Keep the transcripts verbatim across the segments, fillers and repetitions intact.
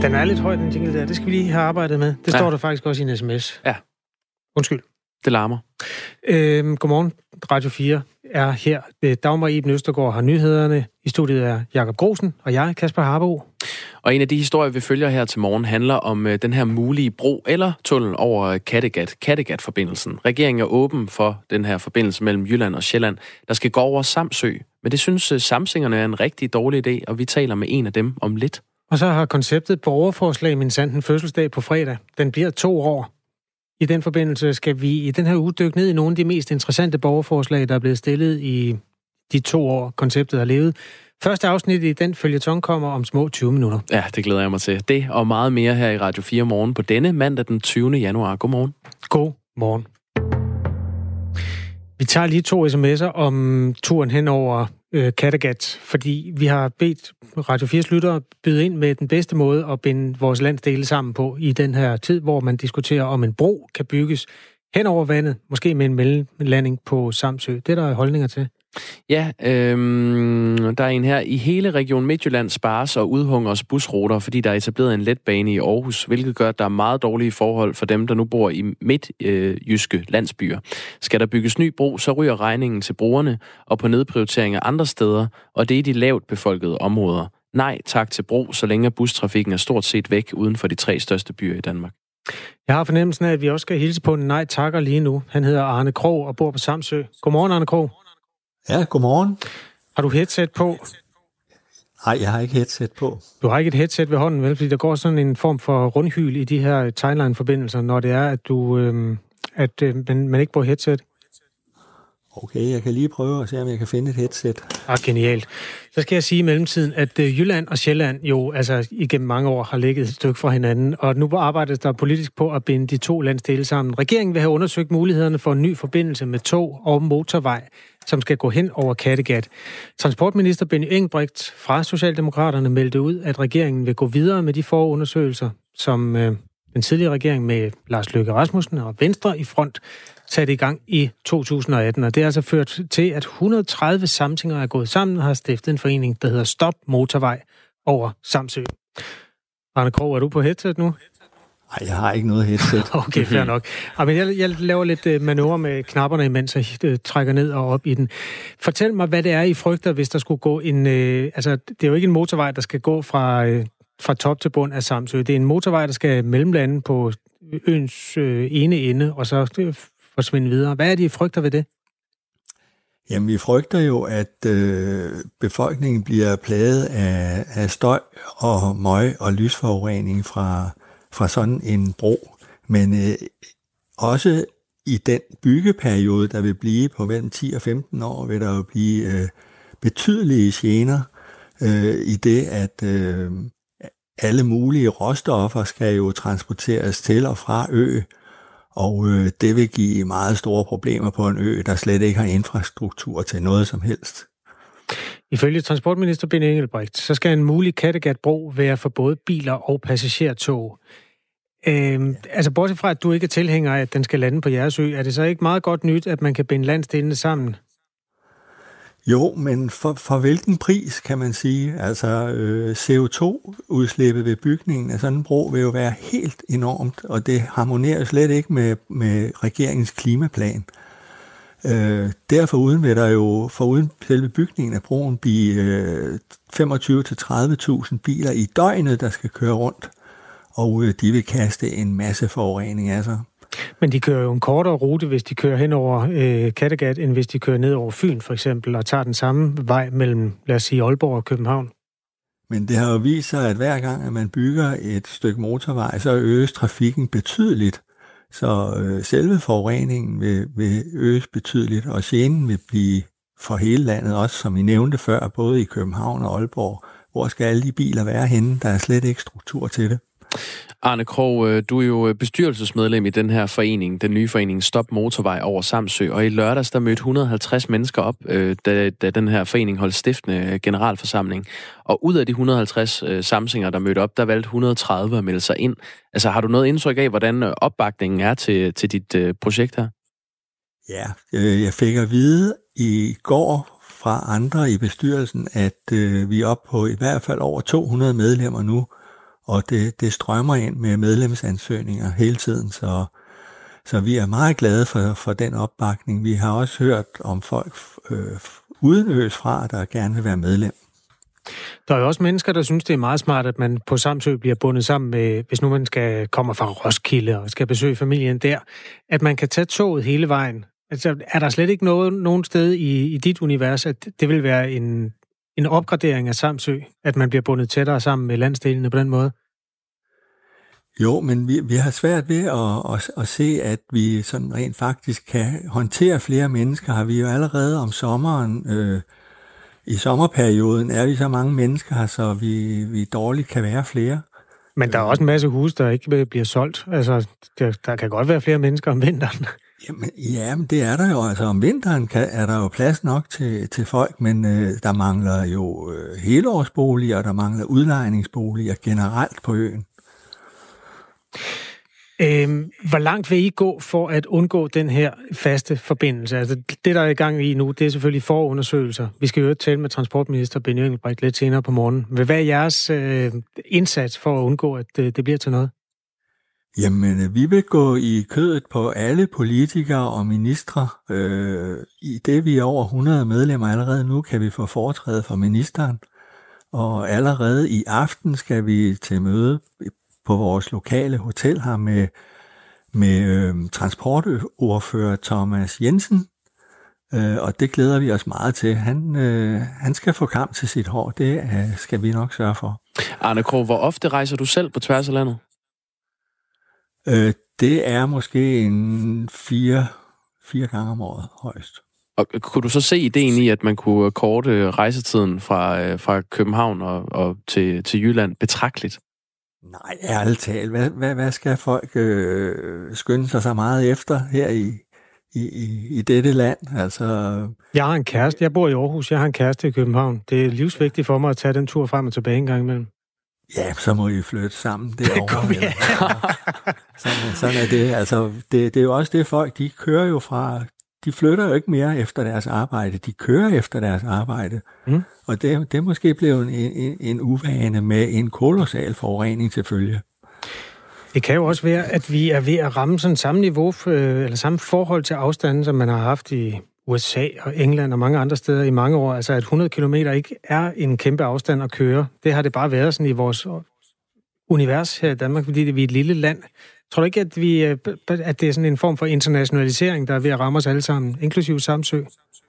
Den er lidt høj, den jingle der. Det skal vi lige have arbejdet med. Det ja. står der faktisk også i en sms. Ja. Undskyld. Det larmer. Øhm, godmorgen. Radio fire er her. Dagmar Iben Østergaard har nyhederne. I studiet er Jakob Grosen, og jeg, Kasper Harbo. Og en af de historier, vi følger her til morgen, handler om øh, den her mulige bro eller tunnel over Kattegat, Kattegat-forbindelsen. Regeringen er åben for den her forbindelse mellem Jylland og Sjælland, der skal gå over Samsø. Men det synes øh, samsingerne er en rigtig dårlig idé, og vi taler med en af dem om lidt. Og så har konceptet borgerforslag min sanden fødselsdag på fredag. Den bliver to år. I den forbindelse skal vi i den her uge dykke ned i nogle af de mest interessante borgerforslag, der er blevet stillet i de to år, konceptet har levet. Første afsnit i den føljeton kommer om små tyve minutter. Ja, det glæder jeg mig til. Det og meget mere her i Radio fire morgen på denne mandag den tyvende januar. Godmorgen. God morgen. Vi tager lige to sms'er om turen hen over øh, Kattegat, fordi vi har bedt Radio fires lyttere byde ind med den bedste måde at binde vores landsdele sammen på i den her tid, hvor man diskuterer, om en bro kan bygges hen over vandet, måske med en mellemlanding på Samsø. Det er der holdninger til. Ja, øhm, der er en her. I hele Region Midtjylland spares og udhungres busruter, fordi der er etableret en letbane i Aarhus, hvilket gør, at der er meget dårlige forhold for dem, der nu bor i midtjyske øh, landsbyer. Skal der bygges ny bro, så ryger regningen til brugerne og på nedprioriteringer andre steder, og det er i de lavt befolkede områder. Nej tak til bro, så længe bustrafikken er stort set væk uden for de tre største byer i Danmark. Jeg har fornemmelsen af, at vi også skal hilse på en nej takker lige nu. Han hedder Arne Krog og bor på Samsø. Godmorgen, Arne Krog. Ja, godmorgen. Har du headset på? Nej, jeg har ikke headset på. Du har ikke et headset ved hånden, vel? Fordi der går sådan en form for rundhyl i de her timeline-forbindelser, når det er, at du øh, at øh, man, man ikke bruger headset. Okay, jeg kan lige prøve at se, om jeg kan finde et headset. Ah, genialt. Så skal jeg sige i mellemtiden, at øh, Jylland og Sjælland jo altså igennem mange år har ligget et stykke fra hinanden, og nu arbejdes der politisk på at binde de to landsdele sammen. Regeringen vil have undersøgt mulighederne for en ny forbindelse med tog og motorvej, som skal gå hen over Kattegat. Transportminister Benny Engelbrecht fra Socialdemokraterne meldte ud, at regeringen vil gå videre med de forundersøgelser, som øh, den tidligere regering med Lars Løkke Rasmussen og Venstre i front satte i gang i to tusind og atten. Og det har altså ført til, at et hundrede og tredive samtinger er gået sammen og har stiftet en forening, der hedder Stop Motorvej over Samsø. Arne Krog, er du på headset nu? Nej, jeg har ikke noget headset. Okay, fair nok. Men jeg, jeg laver lidt manøvre med knapperne, imens jeg trækker ned og op i den. Fortæl mig, hvad det er, I frygter, hvis der skulle gå en... Øh, altså, det er jo ikke en motorvej, der skal gå fra, øh, fra top til bund af Samsø. Det er en motorvej, der skal mellemlande på øens øh, ene ende, og så øh, forsvinde videre. Hvad er det, I frygter ved det? Jamen, vi frygter jo, at øh, befolkningen bliver plaget af, af støj og møg og lysforurening fra... fra sådan en bro, men øh, også i den byggeperiode, der vil blive på mellem ti og femten år, vil der jo blive øh, betydelige gener øh, i det, at øh, alle mulige råstoffer skal jo transporteres til og fra ø, og øh, det vil give meget store problemer på en ø, der slet ikke har infrastruktur til noget som helst. Ifølge transportminister Benny Engelbrecht, så skal en mulig Kattegat-bro være for både biler og passagertog. Øhm, altså bortset fra, at du ikke er tilhænger af, at den skal lande på jeres ø, er det så ikke meget godt nyt, at man kan binde landsdelene sammen? Jo, men for, for hvilken pris, kan man sige? Altså øh, C O to udslippet ved bygningen af sådan en bro vil jo være helt enormt, og det harmonerer slet ikke med, med regeringens klimaplan. Øh, derfor uden vil der jo, for uden selve bygningen af broen, blive øh, femogtyve til tredive tusind biler i døgnet, der skal køre rundt, og øh, de vil kaste en masse forurening af sig. Men de kører jo en kortere rute, hvis de kører hen over øh, Kattegat, end hvis de kører ned over Fyn for eksempel, og tager den samme vej mellem, lad os sige, Aalborg og København. Men det har jo vist sig, at hver gang, at man bygger et stykke motorvej, så øges trafikken betydeligt. Så øh, selve forureningen vil, vil øges betydeligt, og genen vil blive for hele landet, også som I nævnte før, både i København og Aalborg. Hvor skal alle de biler være henne? Der er slet ikke struktur til det. Arne Krog, du er jo bestyrelsesmedlem i den her forening, den nye forening Stop Motorvej over Samsø, og i lørdags der mødte et hundrede og halvtreds mennesker op, da, da den her forening holdt stiftende generalforsamling. Og ud af de et hundrede og halvtreds øh, samsinger, der mødte op, der valgte et hundrede og tredive at melde sig ind. Altså har du noget indtryk af, hvordan opbakningen er til, til dit øh, projekt her? Ja, øh, jeg fik at vide i går fra andre i bestyrelsen, at øh, vi er oppe på i hvert fald over to hundrede medlemmer nu, og det, det strømmer ind med medlemsansøgninger hele tiden, så, så vi er meget glade for, for den opbakning. Vi har også hørt om folk øh, uden øs fra, der gerne vil være medlem. Der er jo også mennesker, der synes, det er meget smart, at man på Samsø bliver bundet sammen med, hvis nu man skal komme fra Roskilde og skal besøge familien der, at man kan tage toget hele vejen. Altså, er der slet ikke noget, nogen sted i, i dit univers, at det vil være en, en opgradering af Samsø, at man bliver bundet tættere sammen med landsdelene på den måde? Jo, men vi, vi har svært ved at, at, at se, at vi sådan rent faktisk kan håndtere flere mennesker. Har vi jo allerede om sommeren, øh, i sommerperioden, er vi så mange mennesker her, så vi, vi dårligt kan være flere. Men der er også en masse huse, der ikke bliver solgt. Altså, der, der kan godt være flere mennesker om vinteren. Jamen, ja, men det er der jo. Altså om vinteren kan, er der jo plads nok til, til folk, men øh, der mangler jo øh, helårsboliger, og der mangler udlejningsboliger generelt på øen. Øhm, hvor langt vil I gå for at undgå den her faste forbindelse? Altså det, der er i gang i nu, det er selvfølgelig forundersøgelser. Vi skal jo tale med transportminister Benny Engelbrecht lidt senere på morgenen. Hvad er jeres øh, indsats for at undgå, at øh, det bliver til noget? Jamen, vi vil gå i kødet på alle politikere og ministre. Øh, I det vi er over hundrede medlemmer allerede nu, kan vi få foretræde for ministeren. Og allerede i aften skal vi til møde på vores lokale hotel her med, med øh, transportordfører Thomas Jensen. Øh, og det glæder vi os meget til. Han, øh, han skal få kamp til sit hår. Det øh, skal vi nok sørge for. Arne Krogh, hvor ofte rejser du selv på tværs af landet? Øh, det er måske en fire, fire gange om året højst. Og kunne du så se ideen i, at man kunne korte rejsetiden fra, fra København og, og til, til Jylland betragteligt? Nej, ærligt talt. Hvad, hvad, hvad skal folk øh, skynde sig så meget efter her i, i, i, i dette land? Altså... Jeg har en kæreste. Jeg bor i Aarhus. Jeg har en kæreste i København. Det er livsvigtigt for mig at tage den tur frem og tilbage en gang imellem. Ja, så må I flytte sammen derovre. Det sådan, sådan er det. Altså, det, det er jo også det, folk, de kører jo fra... De flytter jo ikke mere efter deres arbejde. De kører efter deres arbejde. Mm. Og det, det er måske blevet en, en, en uvane med en kolossal forurening til følge. Det kan jo også være, at vi er ved at ramme sådan samme niveau, eller samme forhold til afstanden, som man har haft i U S A og England og mange andre steder i mange år. Altså at hundrede kilometer ikke er en kæmpe afstand at køre. Det har det bare været sådan i vores univers her i Danmark, fordi vi er et lille land. Tror du ikke, at, vi, at det er sådan en form for internationalisering, der er ved at ramme os alle sammen, inklusive Samsø?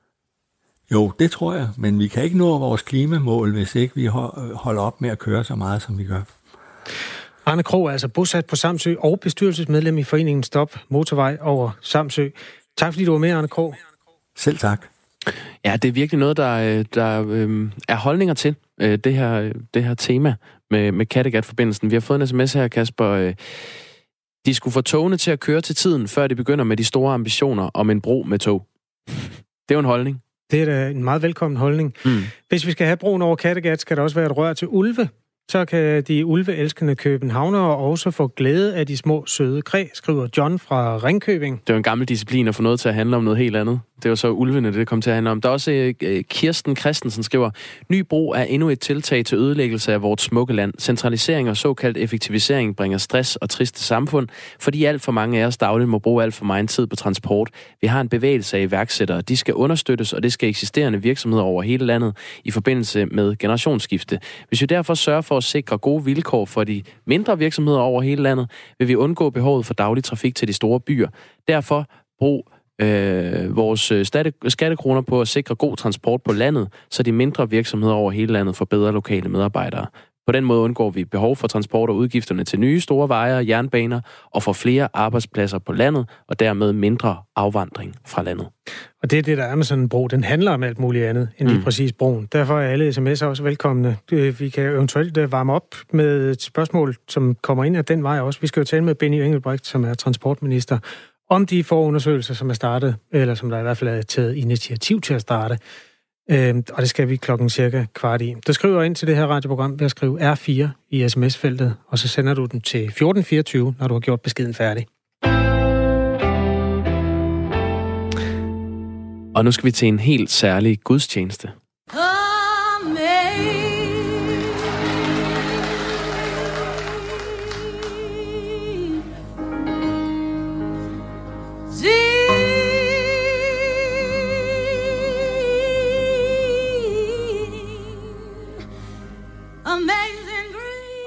Jo, det tror jeg, men vi kan ikke nå vores klimamål, hvis ikke vi holder op med at køre så meget, som vi gør. Arne Krogh er altså bosat på Samsø og bestyrelsesmedlem i foreningen Stop Motorvej over Samsø. Tak fordi du var med, Arne Krogh. Selv tak. Ja, det er virkelig noget, der, der øh, er holdninger til, øh, det, her, det her tema med, med Kattegat-forbindelsen. Vi har fået en sms her, Kasper. Øh, de skulle få togene til at køre til tiden, før de begynder med de store ambitioner om en bro med tog. Det er jo en holdning. Det er da en meget velkommen holdning. Mm. Hvis vi skal have broen over Kattegat, skal der også være et rør til ulve. Så kan de ulveelskende københavnere også få glæde af de små søde kræ, skriver John fra Ringkøbing. Det er jo en gammel disciplin at få noget til at handle om noget helt andet. Det var så ulvene, det kom til at handle om. Der er også uh, Kirsten Christensen skriver, ny bro er endnu et tiltag til ødelæggelse af vores smukke land. Centralisering og såkaldt effektivisering bringer stress og triste samfund, fordi alt for mange af os dagligt må bruge alt for meget tid på transport. Vi har en bevægelse af iværksættere. De skal understøttes, og det skal eksisterende virksomheder over hele landet i forbindelse med generationsskifte. Hvis vi derfor sørger for at sikre gode vilkår for de mindre virksomheder over hele landet, vil vi undgå behovet for daglig trafik til de store byer. Derfor brug øh, vores skattekroner på at sikre god transport på landet, så de mindre virksomheder over hele landet får bedre lokale medarbejdere. På den måde undgår vi behov for transport og udgifterne til nye store veje og jernbaner og får flere arbejdspladser på landet og dermed mindre afvandring fra landet. Og det er det, der er med sådan en bro. Den handler om alt muligt andet end lige mm. præcis broen. Derfor er alle sms'er også velkomne. Vi kan eventuelt varme op med et spørgsmål, som kommer ind af den vej også. Vi skal jo tale med Benny Engelbrecht, som er transportminister, om de forundersøgelser, som er startet, eller som der i hvert fald er taget initiativ til at starte. Øhm, og det skal vi klokken cirka kvart i. Du skriver ind til det her radioprogram ved at skrive R fire i sms-feltet, og så sender du den til fjorten fireogtyve, når du har gjort beskeden færdig. Og nu skal vi til en helt særlig gudstjeneste.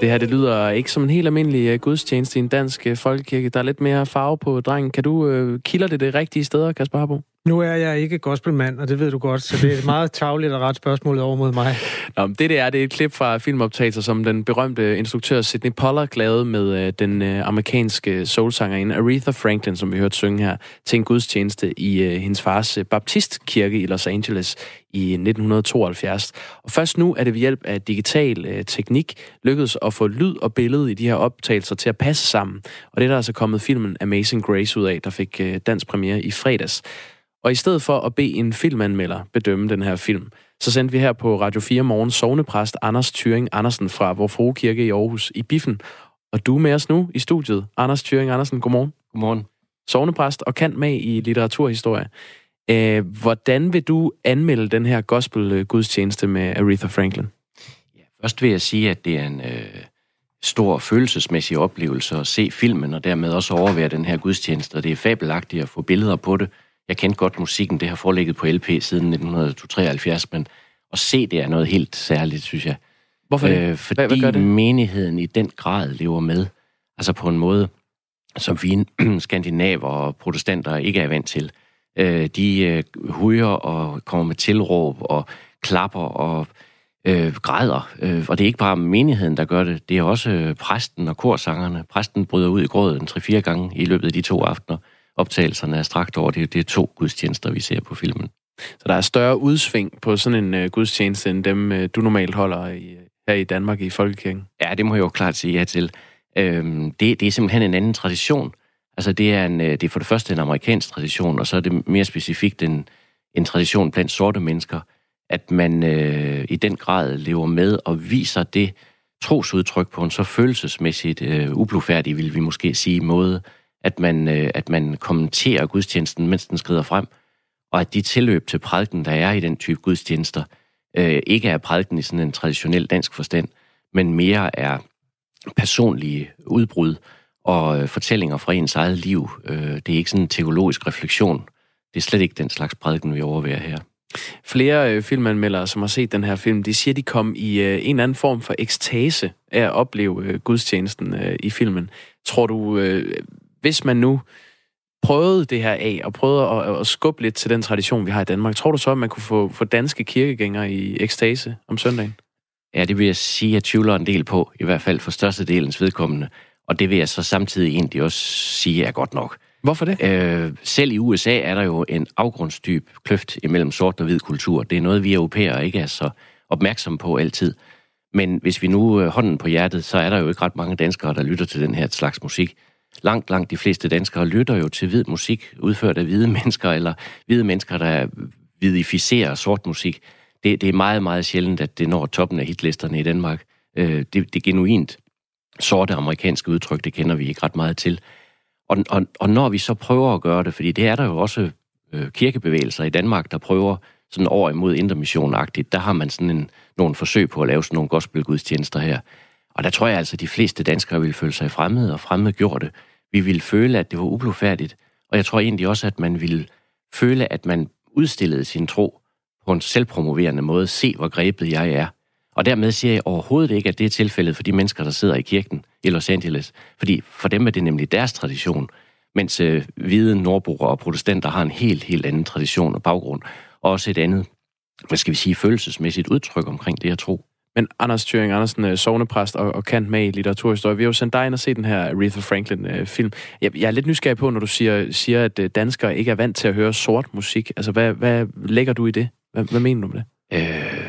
Det her, det lyder ikke som en helt almindelig uh, gudstjeneste i en dansk uh, folkekirke. Der er lidt mere farve på drengen. Kan du uh, kilder det det rigtige steder, Kasper Harbo? Nu er jeg ikke gospelmand, og det ved du godt, så det er meget tarveligt at rette spørgsmålet over mod mig. Nå, det det er, det er et klip fra filmoptagelser, som den berømte instruktør Sidney Pollack lavede med uh, den uh, amerikanske soulsangerinde Aretha Franklin, som vi hørte synge her, til en gudstjeneste i uh, hendes fars uh, baptistkirke i Los Angeles i nitten tooghalvfjerds. Og først nu er det ved hjælp af digital uh, teknik lykkedes at få lyd og billede i de her optagelser til at passe sammen. Og det er der altså kommet filmen Amazing Grace ud af, der fik uh, dansk premiere i fredags. Og i stedet for at bede en filmanmelder bedømme den her film, så sendte vi her på Radio fire Morgen sognepræst Anders Thyring Andersen fra Vor Frue Kirke i Aarhus i biffen. Og du er med os nu i studiet. Anders Thyring Andersen, godmorgen. Godmorgen. Sognepræst og kendt med i litteraturhistorie. Æh, hvordan vil du anmelde den her gospel-gudstjeneste med Aretha Franklin? Ja, først vil jeg sige, at det er en øh, stor følelsesmæssig oplevelse at se filmen, og dermed også overvære den her gudstjeneste. Og det er fabelagtigt at få billeder på det. Jeg kendte godt musikken, det har foreligget på L P siden nitten treoghalvfjerds, men at se det er noget helt særligt, synes jeg. Hvorfor det? Øh, fordi hvad, hvad gør det? menigheden i den grad lever med, altså på en måde, som vi skandinaver og protestanter ikke er vant til. Øh, de øh, hujer og kommer med tilråb og klapper og øh, græder. Øh, og det er ikke bare menigheden, der gør det, det er også øh, præsten og korsangerne. Præsten bryder ud i gråden tre-fire gange i løbet af de to aftener. Optagelserne er strakt over, det, det er to gudstjenester, vi ser på filmen. Så der er større udsving på sådan en uh, gudstjeneste, end dem uh, du normalt holder i, her i Danmark i Folkekirken? Ja, det må jeg jo klart sige ja til. Øhm, det, det er simpelthen en anden tradition. Altså det er, en, det er for det første en amerikansk tradition, og så er det mere specifikt en, en tradition blandt sorte mennesker, at man øh, i den grad lever med og viser det trosudtryk på en så følelsesmæssigt øh, ublufærdig, vil vi måske sige, måde, at man, øh, at man kommenterer gudstjenesten, mens den skrider frem, og at de tilløb til prædiken, der er i den type gudstjenester, øh, ikke er prædiken i sådan en traditionel dansk forstand, men mere er personlige udbrud og øh, fortællinger fra ens eget liv. Øh, det er ikke sådan en teologisk refleksion. Det er slet ikke den slags prædiken, vi overværer her. Flere øh, filmanmeldere, som har set den her film, de siger, de kom i øh, en eller anden form for ekstase af at opleve øh, gudstjenesten øh, i filmen. Tror du, øh, hvis man nu prøvede det her af, og prøvede at, at skubbe lidt til den tradition, vi har i Danmark, tror du så, at man kunne få, få danske kirkegængere i ekstase om søndagen? Ja, det vil jeg sige, at jeg tvivler en del på, i hvert fald for størstedelens vedkommende. Og det vil jeg så samtidig egentlig også sige er godt nok. Hvorfor det? Øh, selv i U S A er der jo en afgrundsdyb kløft imellem sort og hvid kultur. Det er noget, vi europæere ikke er så opmærksomme på altid. Men hvis vi nu øh, hånden på hjertet, så er der jo ikke ret mange danskere, der lytter til den her slags musik. Langt, langt de fleste danskere lytter jo til hvid musik, udført af hvide mennesker, eller hvide mennesker, der vidificerer sort musik. Det, det er meget, meget sjældent, at det når toppen af hitlisterne i Danmark. Øh, det, det genuint sorte amerikanske udtryk, det kender vi ikke ret meget til. Og, og, og når vi så prøver at gøre det, fordi det er der jo også øh, kirkebevægelser i Danmark, der prøver sådan over imod intermission-agtigt, der har man sådan en, nogle forsøg på at lave sådan nogle gospelgudstjenester her. Og der tror jeg altså, at de fleste danskere ville føle sig fremmede og fremmedgjorte. Vi ville føle, at det var ublufærdigt. Og jeg tror egentlig også, at man ville føle, at man udstillede sin tro på en selvpromoverende måde. Se, hvor grebet jeg er. Og dermed siger jeg overhovedet ikke, at det er tilfældet for de mennesker, der sidder i kirken i Los Angeles. Fordi for dem er det nemlig deres tradition. Mens øh, hvide nordboere og protestanter har en helt, helt anden tradition og baggrund. Og også et andet, hvad skal vi sige, følelsesmæssigt udtryk omkring det at tro. Men Anders Thyring Andersen, sognepræst og, og kendt med i litteraturhistorie, vi har jo sendt dig ind og se den her Aretha Franklin-film. Jeg, jeg er lidt nysgerrig på, når du siger, siger, at danskere ikke er vant til at høre sort musik. Altså, hvad, hvad lægger du i det? Hvad, hvad mener du med det? Øh,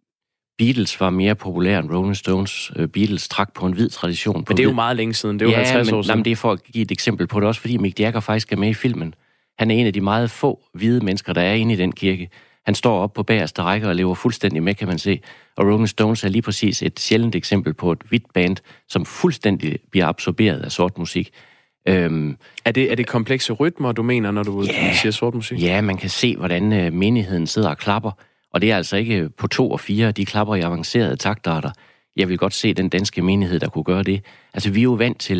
Beatles var mere populær end Rolling Stones. Beatles trak på en hvid tradition. På men det er hvid. jo meget længe siden. Det er jo ja, halvtreds men, år siden. Jamen, det er for at give et eksempel på det også, fordi Mick Jagger faktisk er med i filmen. Han er en af de meget få hvide mennesker, der er inde i den kirke. Han står op på bagerste række og lever fuldstændig med, kan man se. Og Rolling Stones er lige præcis et sjældent eksempel på et hvidt band, som fuldstændig bliver absorberet af sort musik. Øhm, er, det, er det komplekse rytmer, du mener, når du yeah, siger sort musik? Ja, man kan se, hvordan øh, menigheden sidder og klapper. Og det er altså ikke på to og fire, de klapper i avancerede taktarter. Jeg vil godt se den danske menighed, der kunne gøre det. Altså, vi er jo vant til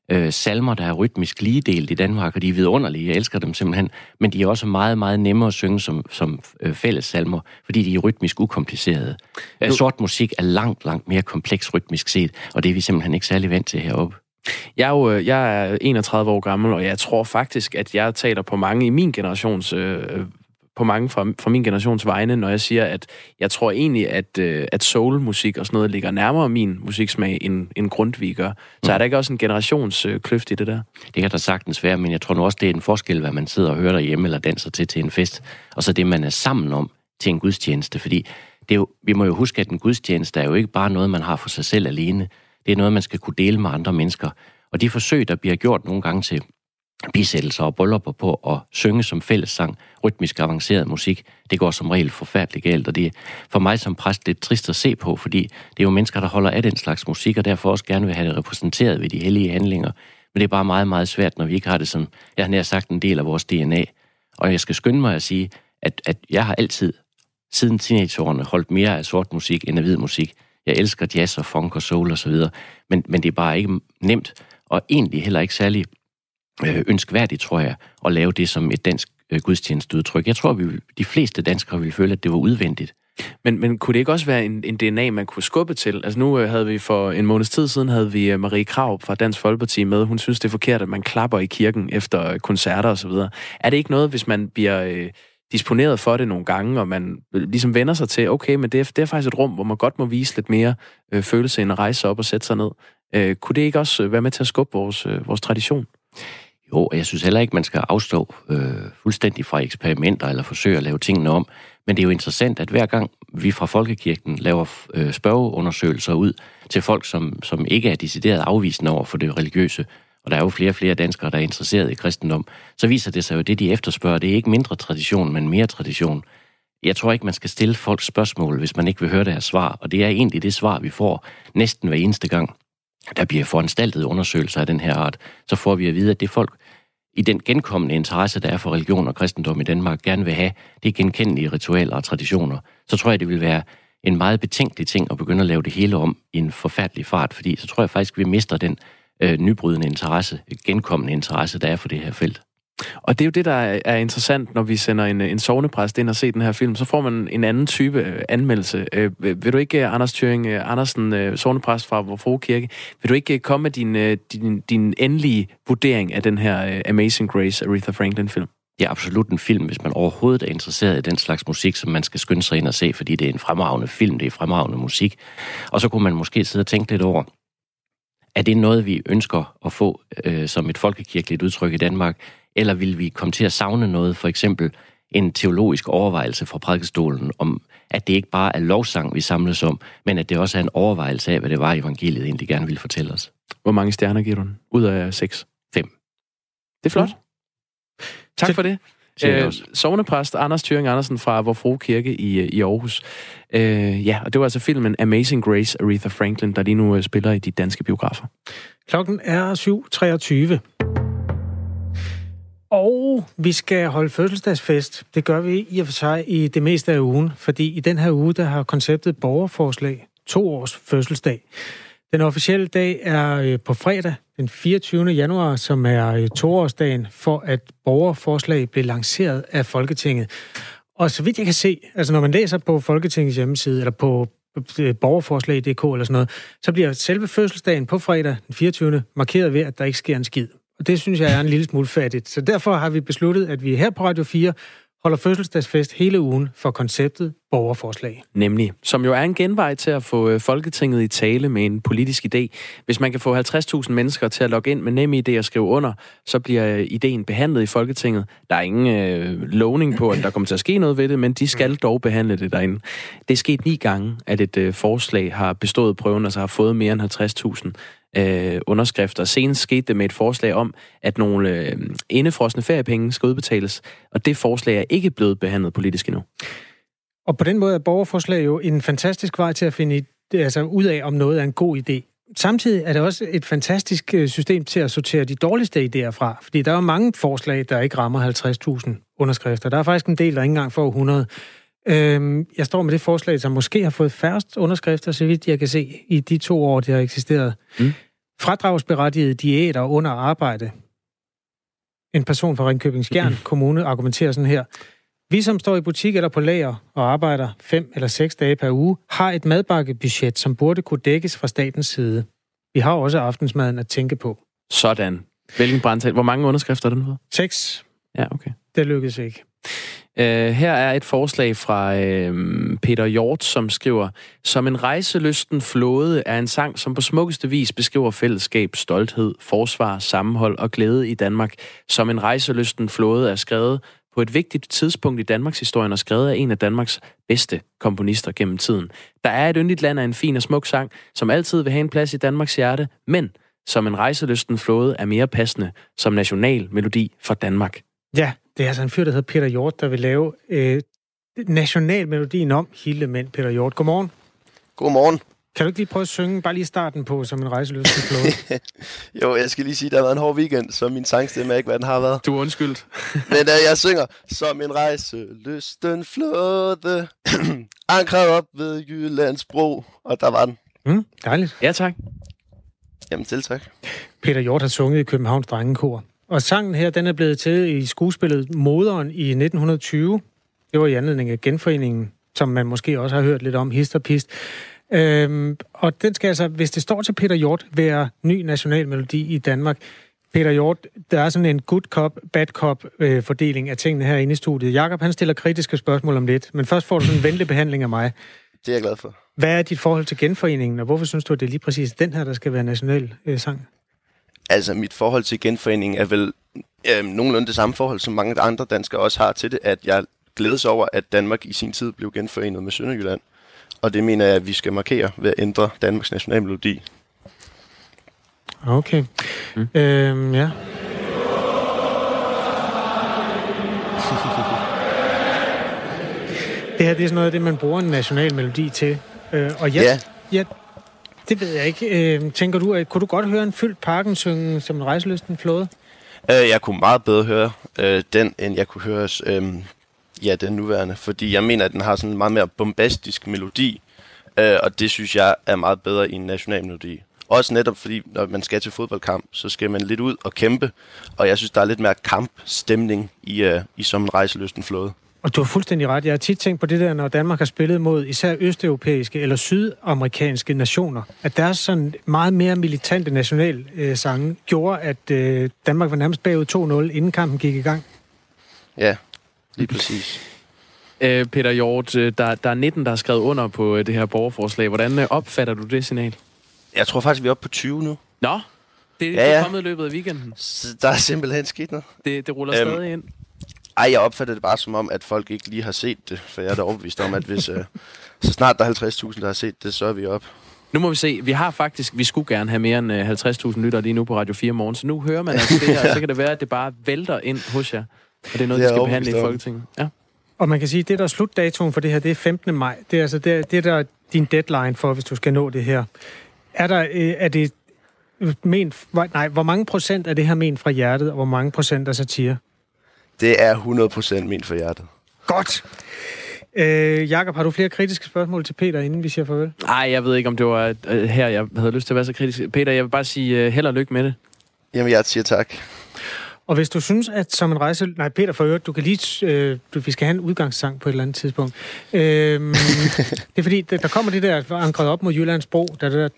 øh, salmer, der er rytmisk ligedelt i Danmark, og de er vidunderlige. Jeg elsker dem simpelthen. Men de er også meget, meget nemmere at synge som, som øh, fælles salmer, fordi de er rytmisk ukomplicerede. Nu... Sort musik er langt, langt mere kompleks rytmisk set, og det er vi simpelthen ikke særlig vant til heroppe. Jeg er jo jeg er enogtredive år gammel, og jeg tror faktisk, at jeg taler på mange i min generations... Øh, på mange fra, fra min generations vegne, når jeg siger, at jeg tror egentlig, at, øh, at soulmusik og sådan noget ligger nærmere min musiksmag, end, end Grundtvig gør. Så mm. er der ikke også en generationskløft øh, i det der? Det kan der sagtens være, men jeg tror nu også, det er en forskel, hvad man sidder og hører derhjemme eller danser til til en fest, og så det, man er sammen om til en gudstjeneste. Fordi det er jo, vi må jo huske, at en gudstjeneste er jo ikke bare noget, man har for sig selv alene. Det er noget, man skal kunne dele med andre mennesker. Og de forsøg, der bliver gjort nogle gange til bisættelser og bryllupper på at synge som fællessang, rytmisk avanceret musik, det går som regel forfærdeligt galt, og det er for mig som præst lidt trist at se på, fordi det er jo mennesker, der holder af den slags musik, og derfor også gerne vil have det repræsenteret ved de hellige handlinger. Men det er bare meget, meget svært, når vi ikke har det som, jeg har nær sagt, en del af vores D N A. Og jeg skal skynde mig at sige, at, at jeg har altid, siden teenageårene, holdt mere af sort musik end af hvid musik. Jeg elsker jazz og funk og soul og så videre, men, men det er bare ikke nemt, og egentlig heller ikke særlig ønskværdigt, tror jeg, at lave det som et dansk øh, gudstjenesteudtryk. Jeg tror, at vi, de fleste danskere ville føle, at det var udvendigt. Men, men kunne det ikke også være en, en D N A, man kunne skubbe til? Altså nu øh, havde vi for en måneds tid siden, havde vi øh, Marie Krarup fra Dansk Folkeparti med. Hun synes, det er forkert, at man klapper i kirken efter øh, koncerter og så videre. Er det ikke noget, hvis man bliver øh, disponeret for det nogle gange, og man øh, ligesom vender sig til, okay, men det er, det er faktisk et rum, hvor man godt må vise lidt mere øh, følelse end at rejse sig op og sætte sig ned. Øh, kunne det ikke også være med til at skubbe vores, øh, vores tradition? Jo, og jeg synes heller ikke, man skal afstå øh, fuldstændig fra eksperimenter eller forsøge at lave tingene om. Men det er jo interessant, at hver gang vi fra Folkekirken laver øh, spørgeundersøgelser ud til folk, som, som ikke er decideret afvisende over for det religiøse, og der er jo flere og flere danskere, der er interesseret i kristendom, så viser det sig jo, det de efterspørger, det er ikke mindre tradition, men mere tradition. Jeg tror ikke, man skal stille folks spørgsmål, hvis man ikke vil høre deres svar, og det er egentlig det svar, vi får næsten hver eneste gang. Der bliver foranstaltet undersøgelser af den her art, så får vi at vide, at det folk i den genkommende interesse, der er for religion og kristendom i Danmark, gerne vil have, det er genkendelige ritualer og traditioner. Så tror jeg, det vil være en meget betænkelig ting at begynde at lave det hele om i en forfærdelig fart, fordi så tror jeg faktisk, vi mister den øh, nybrydende interesse, genkommende interesse, der er for det her felt. Og det er jo det, der er interessant, når vi sender en, en sognepræst ind og ser den her film, så får man en anden type anmeldelse. Øh, vil du ikke, Anders Thøring Andersen, sognepræst fra Vor Frue Kirke, vil du ikke komme med din, din, din endelige vurdering af den her Amazing Grace, Aretha Franklin-film? Det er absolut en film, hvis man overhovedet er interesseret i den slags musik, som man skal skynde sig ind og se, fordi det er en fremragende film, det er fremragende musik. Og så kunne man måske sidde og tænke lidt over, er det noget, vi ønsker at få øh, som et folkekirkeligt udtryk i Danmark, eller vil vi komme til at savne noget, for eksempel en teologisk overvejelse fra prædikestolen, om at det ikke bare er lovsang, vi samles om, men at det også er en overvejelse af, hvad det var, evangeliet egentlig gerne ville fortælle os. Hvor mange stjerner giver du den? Ud af seks? Fem. Det er flot. Mm. Tak for det. Øh, sognepræst Anders Thøring Andersen fra Vor Frue Kirke i, i Aarhus. Øh, ja, og det var altså filmen Amazing Grace, Aretha Franklin, der lige nu spiller i de danske biografer. Klokken er syv treogtyve. Og vi skal holde fødselsdagsfest. Det gør vi i og for sig i det meste af ugen, fordi i den her uge, der har konceptet borgerforslag to års fødselsdag. Den officielle dag er på fredag, den fireogtyvende januar, som er toårsdagen for, at borgerforslag blev lanceret af Folketinget. Og så vidt jeg kan se, altså når man læser på Folketingets hjemmeside, eller på borgerforslag punktum d k eller sådan noget, så bliver selve fødselsdagen på fredag, den fireogtyvende markeret ved, at der ikke sker en skid. Og det synes jeg er en lille smule fattigt. Så derfor har vi besluttet, at vi her på Radio fire holder fødselsdagsfest hele ugen for konceptet borgerforslag. Nemlig, som jo er en genvej til at få Folketinget i tale med en politisk idé. Hvis man kan få halvtreds tusind mennesker til at logge ind med NemID og skrive under, så bliver ideen behandlet i Folketinget. Der er ingen øh, lovning på, at der kommer til at ske noget ved det, men de skal dog behandle det derinde. Det er sket ni gange, at et øh, forslag har bestået prøven, altså har fået mere end halvtreds tusind øh, underskrifter. Senest skete det med et forslag om, at nogle øh, indefrosne feriepenge skal udbetales, og det forslag er ikke blevet behandlet politisk endnu. Og på den måde er borgerforslag jo en fantastisk vej til at finde altså ud af, om noget er en god idé. Samtidig er det også et fantastisk system til at sortere de dårligste idéer fra, fordi der er jo mange forslag, der ikke rammer halvtreds tusind underskrifter. Der er faktisk en del, der ikke engang får hundrede. Øhm, jeg står med det forslag, som måske har fået færrest underskrifter, så vidt jeg kan se, i de to år, det har eksisteret. Mm. Fradragsberettigede diæter under arbejde. En person fra Ringkøbing Skjern Kommune argumenterer sådan her. Vi, som står i butik eller på lager og arbejder fem eller seks dage per uge, har et madbakkebudget, som burde kunne dækkes fra statens side. Vi har også aftensmaden at tænke på. Sådan. Hvilken brandtal? Hvor mange underskrifter er den på? Seks. Ja, okay. Det lykkedes ikke. Uh, her er et forslag fra uh, Peter Hjort, som skriver: Som en rejselysten flåde er en sang, som på smukkeste vis beskriver fællesskab, stolthed, forsvar, sammenhold og glæde i Danmark. Som en rejselysten flåde er skrevet på et vigtigt tidspunkt i Danmarks historie og skrevet af en af Danmarks bedste komponister gennem tiden. Der er et yndigt land af en fin og smuk sang, som altid vil have en plads i Danmarks hjerte, men som en rejselysten flåde er mere passende som national melodi for Danmark. Ja, det er altså en fyr, der hedder Peter Hjort, der vil lave øh, nationalmelodien om Hildemænd. Peter Hjort, godmorgen. Godmorgen. Kan du ikke lige prøve at synge bare lige starten på Som en rejselysten flåde? Jo, jeg skal lige sige, at der har været en hård weekend, så min sangstemme er ikke, hvad den har været. Du er undskyldt. Men uh, jeg synger Som en rejselysten flåde, ankret op ved Jyllands bro, og der var den. Mm, dejligt. Ja, tak. Jamen, til tak. Peter Hjort har sunget i Københavns Drengekor. Og sangen her, den er blevet til i skuespillet Moderen i nitten tyve. Det var i anledning af genforeningen, som man måske også har hørt lidt om, hist og pist. Øhm, og den skal altså, hvis det står til Peter Hjort, være ny nationalmelodi i Danmark. Peter Hjort, der er sådan en good cop, bad cop øh, fordeling af tingene her inde i studiet. Jakob, han stiller kritiske spørgsmål om lidt, men først får du sådan en venlig behandling af mig. Det er jeg glad for. Hvad er dit forhold til genforeningen, og hvorfor synes du, at det er lige præcis den her, der skal være national øh, sang? Altså, mit forhold til genforeningen er vel øh, nogenlunde det samme forhold, som mange andre danskere også har til det, at jeg glædes over, at Danmark i sin tid blev genforenet med Sønderjylland. Og det mener jeg, at vi skal markere ved at ændre Danmarks nationalmelodi. Okay. Mm. Øhm, ja. Det her, det er sådan noget af det, man bruger en nationalmelodi til. Øh, og jeg, ja. ja, det ved jeg ikke. Øh, tænker du, at kunne du godt høre en fyldt parken synge Som en rejselysten flåde? Øh, jeg kunne meget bedre høre øh, den, end jeg kunne høre øh, ja, den nuværende. Fordi jeg mener, at den har sådan en meget mere bombastisk melodi. Øh, og det synes jeg er meget bedre i en nationalmelodi. Også netop fordi, når man skal til fodboldkamp, så skal man lidt ud og kæmpe. Og jeg synes, der er lidt mere kampstemning i, øh, i Som en rejselysten flåde. Og du har fuldstændig ret. Jeg har tit tænkt på det der, når Danmark har spillet mod især østeuropæiske eller sydamerikanske nationer, at deres sådan meget mere militante nationalsange øh, gjorde, at øh, Danmark var nærmest bagud to nul, inden kampen gik i gang. Ja, lige præcis. Æ, Peter Hjort, der, der er nitten, der har skrevet under på det her borgerforslag. Hvordan opfatter du det signal? Jeg tror faktisk, vi er oppe på tyve nu. Nå, det, ja, det ja. er kommet i løbet af weekenden. Så der er simpelthen skidt noget. Det, det ruller øhm, stadig ind. Ej, jeg opfatter det bare som om, at folk ikke lige har set det, for jeg er da overbevist om, at hvis øh, så snart der er halvtreds tusind, der har set det, så er vi op. Nu må vi se. Vi har faktisk, vi skulle gerne have mere end halvtreds tusind lyttere lige nu på Radio fire Morgen, så nu hører man altså det her, og så kan det være, at det bare vælter ind hos jer. Og det er noget, vi skal behandle i Folketinget. Ja. Og man kan sige, at det, der er slutdatoen for det her, det er femtende maj. Det er altså det, det der er din deadline for, hvis du skal nå det her. Er der, er det ment, nej, hvor mange procent af det her ment fra hjertet, og hvor mange procent er satire? Det er hundrede procent ment fra hjertet. Godt! Øh, Jakob, har du flere kritiske spørgsmål til Peter, inden vi siger farvel? Nej, jeg ved ikke, om det var uh, her, jeg havde lyst til at være så kritisk. Peter, jeg vil bare sige uh, held og lykke med det. Jamen, jeg siger tak. Og hvis du synes, at som en rejse... Nej, Peter, for øvrigt, du kan lige... Øh, du, vi skal have en udgangssang på et eller andet tidspunkt. Øh, det er fordi, der kommer det der ankret op mod Jyllands bro.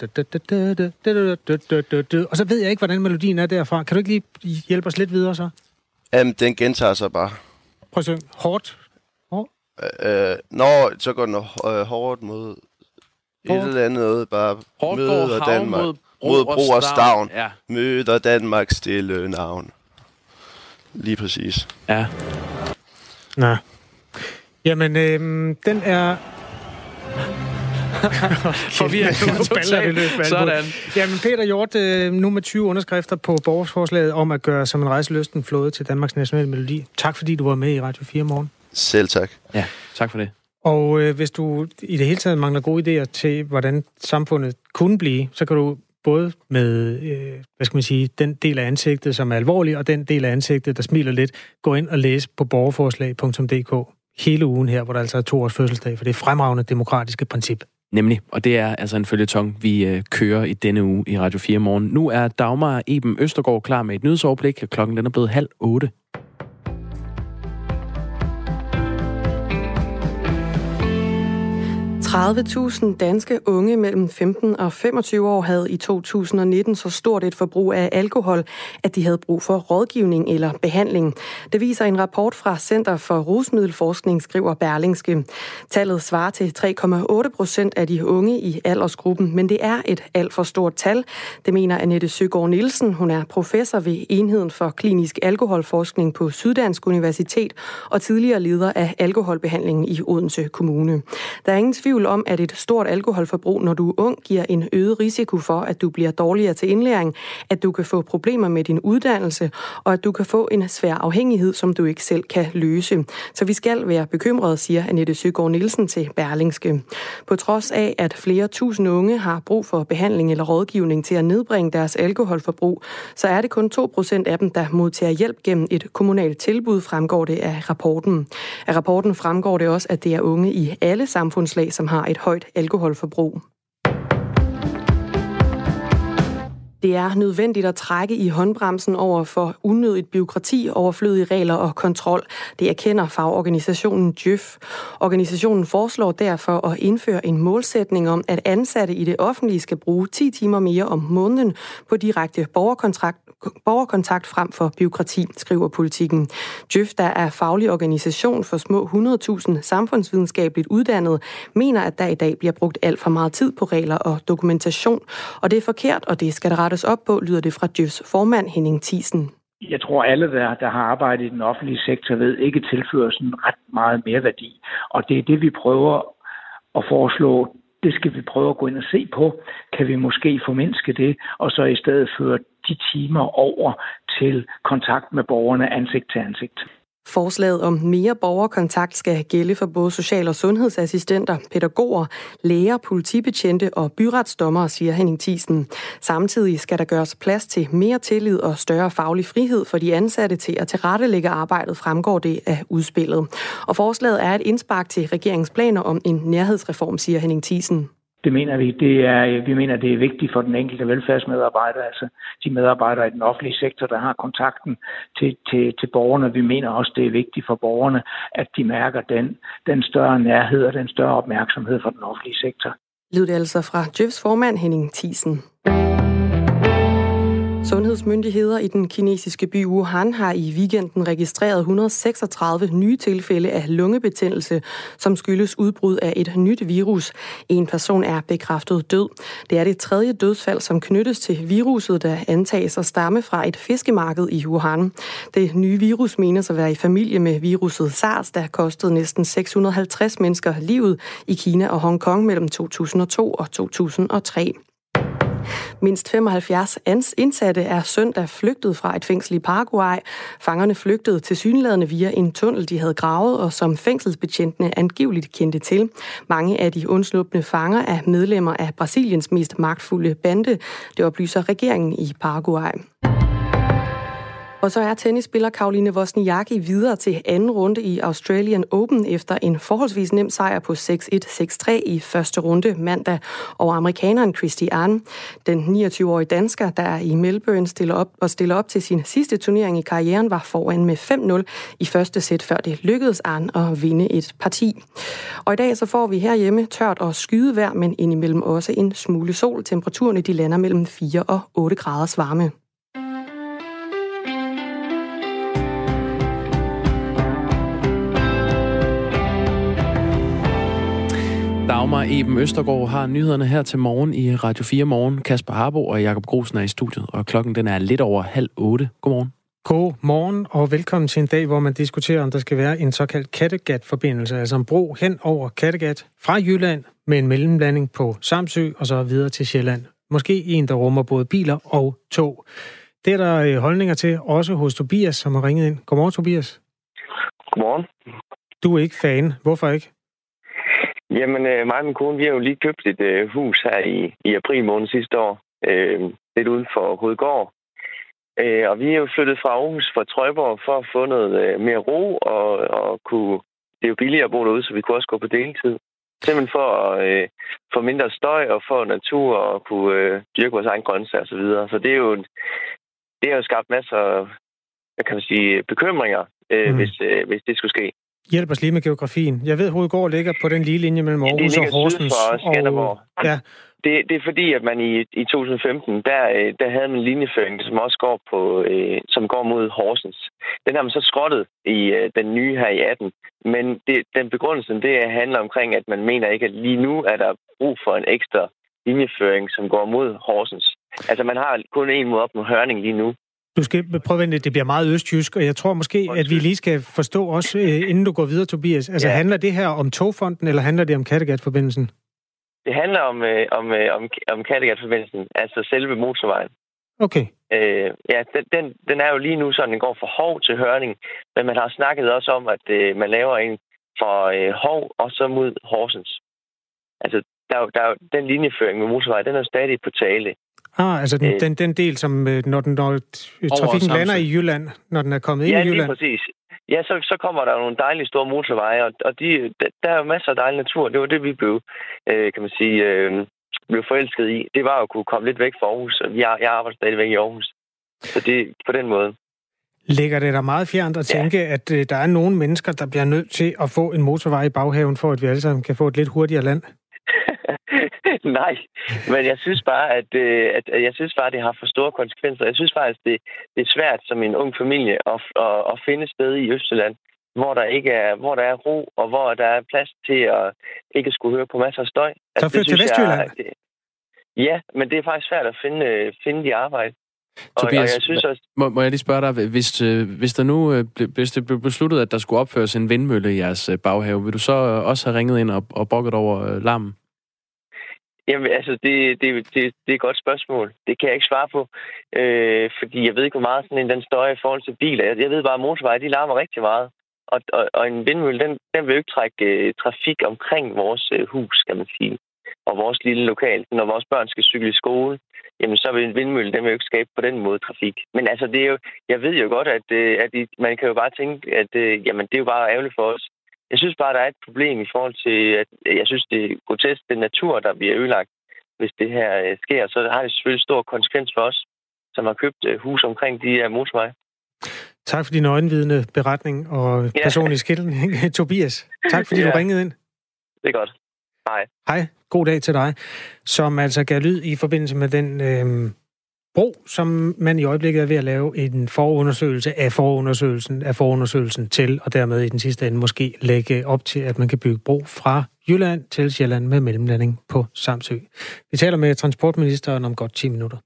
Og så ved jeg ikke, hvordan melodien er derfra. Kan du ikke lige hjælpe os lidt videre så? Um, den gentager sig bare. Prøv at synge. Hårdt. Hårdt. Øh, når så går den øh, hårdt mod hårdt. Et eller andet noget. Bare hårdt møder Danmark mod bro, mod bro og stavn. Ja. Møder Danmarks stille navn. Lige præcis. Ja. Nå. Jamen, øhm, den er... Forvirring. Sådan. Jamen, Peter Hjort, øh, nu med tyve underskrifter på borgerforslaget om at gøre Som en rejselysten flåde til Danmarks nationale melodi. Tak fordi du var med i Radio fire Morgen. Selv tak. Ja, tak for det. Og øh, hvis du i det hele taget mangler gode idéer til, hvordan samfundet kunne blive, så kan du både med, øh, hvad skal man sige, den del af ansigtet, som er alvorlig, og den del af ansigtet, der smiler lidt, gå ind og læse på borgerforslag punktum d k hele ugen her, hvor der altså er to års fødselsdag, for det er fremragende demokratiske princip. Nemlig, og det er altså en føljeton, vi øh, kører i denne uge i Radio fire Morgen. Nu er Dagmar Eben Østergaard klar med et nyhedsoverblik, og klokken den er blevet halv otte. tredive tusind danske unge mellem femten og femogtyve år havde i to tusind og nitten så stort et forbrug af alkohol, at de havde brug for rådgivning eller behandling. Det viser en rapport fra Center for Rusmiddelforskning, skriver Berlingske. Tallet svarer til tre komma otte procent af de unge i aldersgruppen, men det er et alt for stort tal. Det mener Annette Søgaard Nielsen. Hun er professor ved Enheden for Klinisk Alkoholforskning på Syddansk Universitet og tidligere leder af alkoholbehandlingen i Odense Kommune. Der er ingen tvivl om, at et stort alkoholforbrug, når du er ung, giver en øget risiko for, at du bliver dårligere til indlæring, at du kan få problemer med din uddannelse, og at du kan få en svær afhængighed, som du ikke selv kan løse. Så vi skal være bekymrede, siger Annette Søgaard Nielsen til Berlingske. På trods af, at flere tusind unge har brug for behandling eller rådgivning til at nedbringe deres alkoholforbrug, så er det kun to procent af dem, der modtager hjælp gennem et kommunalt tilbud, fremgår det af rapporten. Af rapporten fremgår det også, at det er unge i alle samfundslag, som har et højt alkoholforbrug. Det er nødvendigt at trække i håndbremsen over for unødigt bureaukrati, overflødige regler og kontrol. Det erkender fagorganisationen J Ø F. Organisationen foreslår derfor at indføre en målsætning om, at ansatte i det offentlige skal bruge ti timer mere om måneden på direkte borgerkontakt, borgerkontakt frem for bureaukrati, skriver Politikken. J Ø F, der er faglig organisation for små hundrede tusind samfundsvidenskabeligt uddannede, mener, at der i dag bliver brugt alt for meget tid på regler og dokumentation. Og det er forkert, og det skal der rettes op på, lyder det fra J Ø F's formand Henning Thiesen. Jeg tror, alle, der, der har arbejdet i den offentlige sektor, ved ikke tilfører sådan ret meget mere værdi. Og det er det, vi prøver at foreslå. Det skal vi prøve at gå ind og se på. Kan vi måske formindske det, og så i stedet føre de timer over til kontakt med borgerne ansigt til ansigt. Forslaget om mere borgerkontakt skal gælde for både social- og sundhedsassistenter, pædagoger, læger, politibetjente og byretsdommere, siger Henning Thiesen. Samtidig skal der gøres plads til mere tillid og større faglig frihed for de ansatte til at tilrettelægge arbejdet, fremgår det af udspillet. Og forslaget er et indspark til regeringens planer om en nærhedsreform, siger Henning Thiesen. Det mener vi. Det er, vi mener, det er vigtigt for den enkelte velfærdsmedarbejder, altså de medarbejdere i den offentlige sektor, der har kontakten til, til, til borgerne. Vi mener også, det er vigtigt for borgerne, at de mærker den, den større nærhed og den større opmærksomhed fra den offentlige sektor. Lød det altså fra J Ø F's formand Henning Thiesen. Sundhedsmyndigheder i den kinesiske by Wuhan har i weekenden registreret et hundrede og seksogtredive nye tilfælde af lungebetændelse, som skyldes udbrud af et nyt virus. En person er bekræftet død. Det er det tredje dødsfald, som knyttes til viruset, der antages at stamme fra et fiskemarked i Wuhan. Det nye virus menes at være i familie med viruset SARS, der kostede næsten seks hundrede og halvtreds mennesker livet i Kina og Hongkong mellem to tusind og to og to tusind og tre. Mindst femoghalvfjerds indsatte er søndag flygtet fra et fængsel i Paraguay. Fangerne flygtede tilsyneladende via en tunnel, de havde gravet, og som fængselsbetjentene angiveligt kendte til. Mange af de undsluppende fanger er medlemmer af Brasiliens mest magtfulde bande. Det oplyser regeringen i Paraguay. Og så er tennisspiller Caroline Wozniacki videre til anden runde i Australian Open efter en forholdsvis nem sejr på seks et seks tre i første runde mandag over amerikaneren Christy Ahn. Den niogtyve-årige dansker, der er i Melbourne stiller op og stiller op til sin sidste turnering i karrieren, var foran med fem nul i første sæt, før det lykkedes Ahn at vinde et parti. Og i dag så får vi herhjemme tørt og skydevejr, men indimellem også en smule sol. Temperaturerne de lander mellem fire og otte graders varme. Dagmar Eben Østergaard har nyhederne her til morgen i Radio fire Morgen. Kasper Harbo og Jakob Grosen er i studiet, og klokken den er lidt over halv otte. Godmorgen. God morgen og velkommen til en dag, hvor man diskuterer, om der skal være en såkaldt Kattegat-forbindelse, altså en bro hen over Kattegat fra Jylland med en mellemlanding på Samsø og så videre til Sjælland. Måske en, der rummer både biler og tog. Det er der holdninger til, også hos Tobias, som har ringet ind. Godmorgen, Tobias. Godmorgen. Du er ikke fan. Hvorfor ikke? Jamen, øh, mig og min kone, vi har jo lige købt et øh, hus her i, i april måned sidste år, øh, lidt uden for Hovedgård. Øh, og vi er jo flyttet fra Aarhus, fra Trøjborg, for at få noget øh, mere ro, og, og kunne, det er jo billigere at bo derude, så vi kunne også gå på deltid. Simpelthen for at øh, få mindre støj og få natur og kunne øh, dyrke vores egen grøntsager og så videre. Så det er jo, det har jo skabt masser af, hvad kan man sige, bekymringer, øh, mm. hvis, øh, hvis det skulle ske. Hjælp os lige med geografien. Jeg ved, Hovedgård ligger på den lige linje mellem Aarhus og Horsens. Og, ja. det, det er fordi, at man i, i to tusind og femten, der, der havde man en linjeføring, som også går, på, øh, som går mod Horsens. Den har man så skrottet i øh, den nye her i atten. Men det, den begrundelse, det handler omkring, at man mener ikke, at lige nu er der brug for en ekstra linjeføring, som går mod Horsens. Altså, man har kun en måde op mod Hørning lige nu. Du skal prøve at det bliver meget østjysk, og jeg tror måske, at vi lige skal forstå også, inden du går videre, Tobias. Altså, ja. Handler det her om Togfonden, eller handler det om Kattegat-forbindelsen? Det handler om, øh, om, øh, om, om Kattegat-forbindelsen, altså selve motorvejen. Okay. Øh, ja, den, den, den er jo lige nu sådan, den går fra Hov til Hørning, men man har snakket også om, at øh, man laver en fra øh, Hov og så mod Horsens. Altså, der er jo, der er jo, den linjeføring med motorvej, den er jo stadig på tale. Ah, altså den, øh, den, den del, som når, den, når trafikken lander i Jylland, når den er kommet ind ja, i Jylland? Ja, præcis. Ja, så, så kommer der jo nogle dejlige store motorveje, og, og de, der er jo masser af dejlig natur. Det var det, vi blev, øh, kan man sige, øh, blev forelsket i. Det var jo at kunne komme lidt væk fra Aarhus, og jeg, jeg arbejder stadigvæk i Aarhus. Så det på den måde. Ligger det der meget fjernt at tænke, ja. at øh, der er nogle mennesker, der bliver nødt til at få en motorvej i baghaven, for at vi alle sammen kan få et lidt hurtigere land? Nej, men jeg synes bare, at, at, at jeg synes bare, at det har for store konsekvenser. Jeg synes faktisk, det, det er svært som en ung familie at, at, at finde et sted i Østjylland, hvor der ikke er, hvor der er ro, og hvor der er plads til at ikke skulle høre på masser af støj. Altså, så flyt til Vestjylland? Jeg, det, ja, men det er faktisk svært at finde, finde de arbejde. Tobias, og, og jeg synes også, må, må jeg lige spørge dig, hvis, hvis der nu hvis det blev besluttet, at der skulle opføres en vindmølle i jeres baghave, vil du så også have ringet ind og, og bokket over larmen? Jamen, altså, det, det, det, det er et godt spørgsmål. Det kan jeg ikke svare på, øh, fordi jeg ved ikke, hvor meget sådan en den støj i forhold til biler. Jeg, jeg ved bare, at motorveje, de larmer rigtig meget. Og, og, og en vindmølle, den, den vil jo ikke trække øh, trafik omkring vores øh, hus, kan man sige. Og vores lille lokal. Når vores børn skal cykle i skole, jamen så vil en vindmølle, den vil jo ikke skabe på den måde trafik. Men altså, det er jo, jeg ved jo godt, at, øh, at de, man kan jo bare tænke, at øh, jamen, det er jo bare ærgerligt for os. Jeg synes bare, der er et problem i forhold til, at jeg synes, det er grotesk, den natur, der bliver ødelagt. Hvis det her øh, sker, så har det selvfølgelig stor konsekvens for os, som har købt øh, hus omkring de her motorveje. Tak for din øjenvidende beretning og ja. personlig skildring, Tobias. Tak fordi ja. du ringede ind. Det er godt. Hej. Hej. God dag til dig. Som altså gav lyd i forbindelse med den øh, bro, som man i øjeblikket er ved at lave en forundersøgelse af forundersøgelsen af forundersøgelsen til, og dermed i den sidste ende måske lægge op til, at man kan bygge bro fra Jylland til Sjælland med mellemlanding på Samsø. Vi taler med transportministeren om godt ti minutter.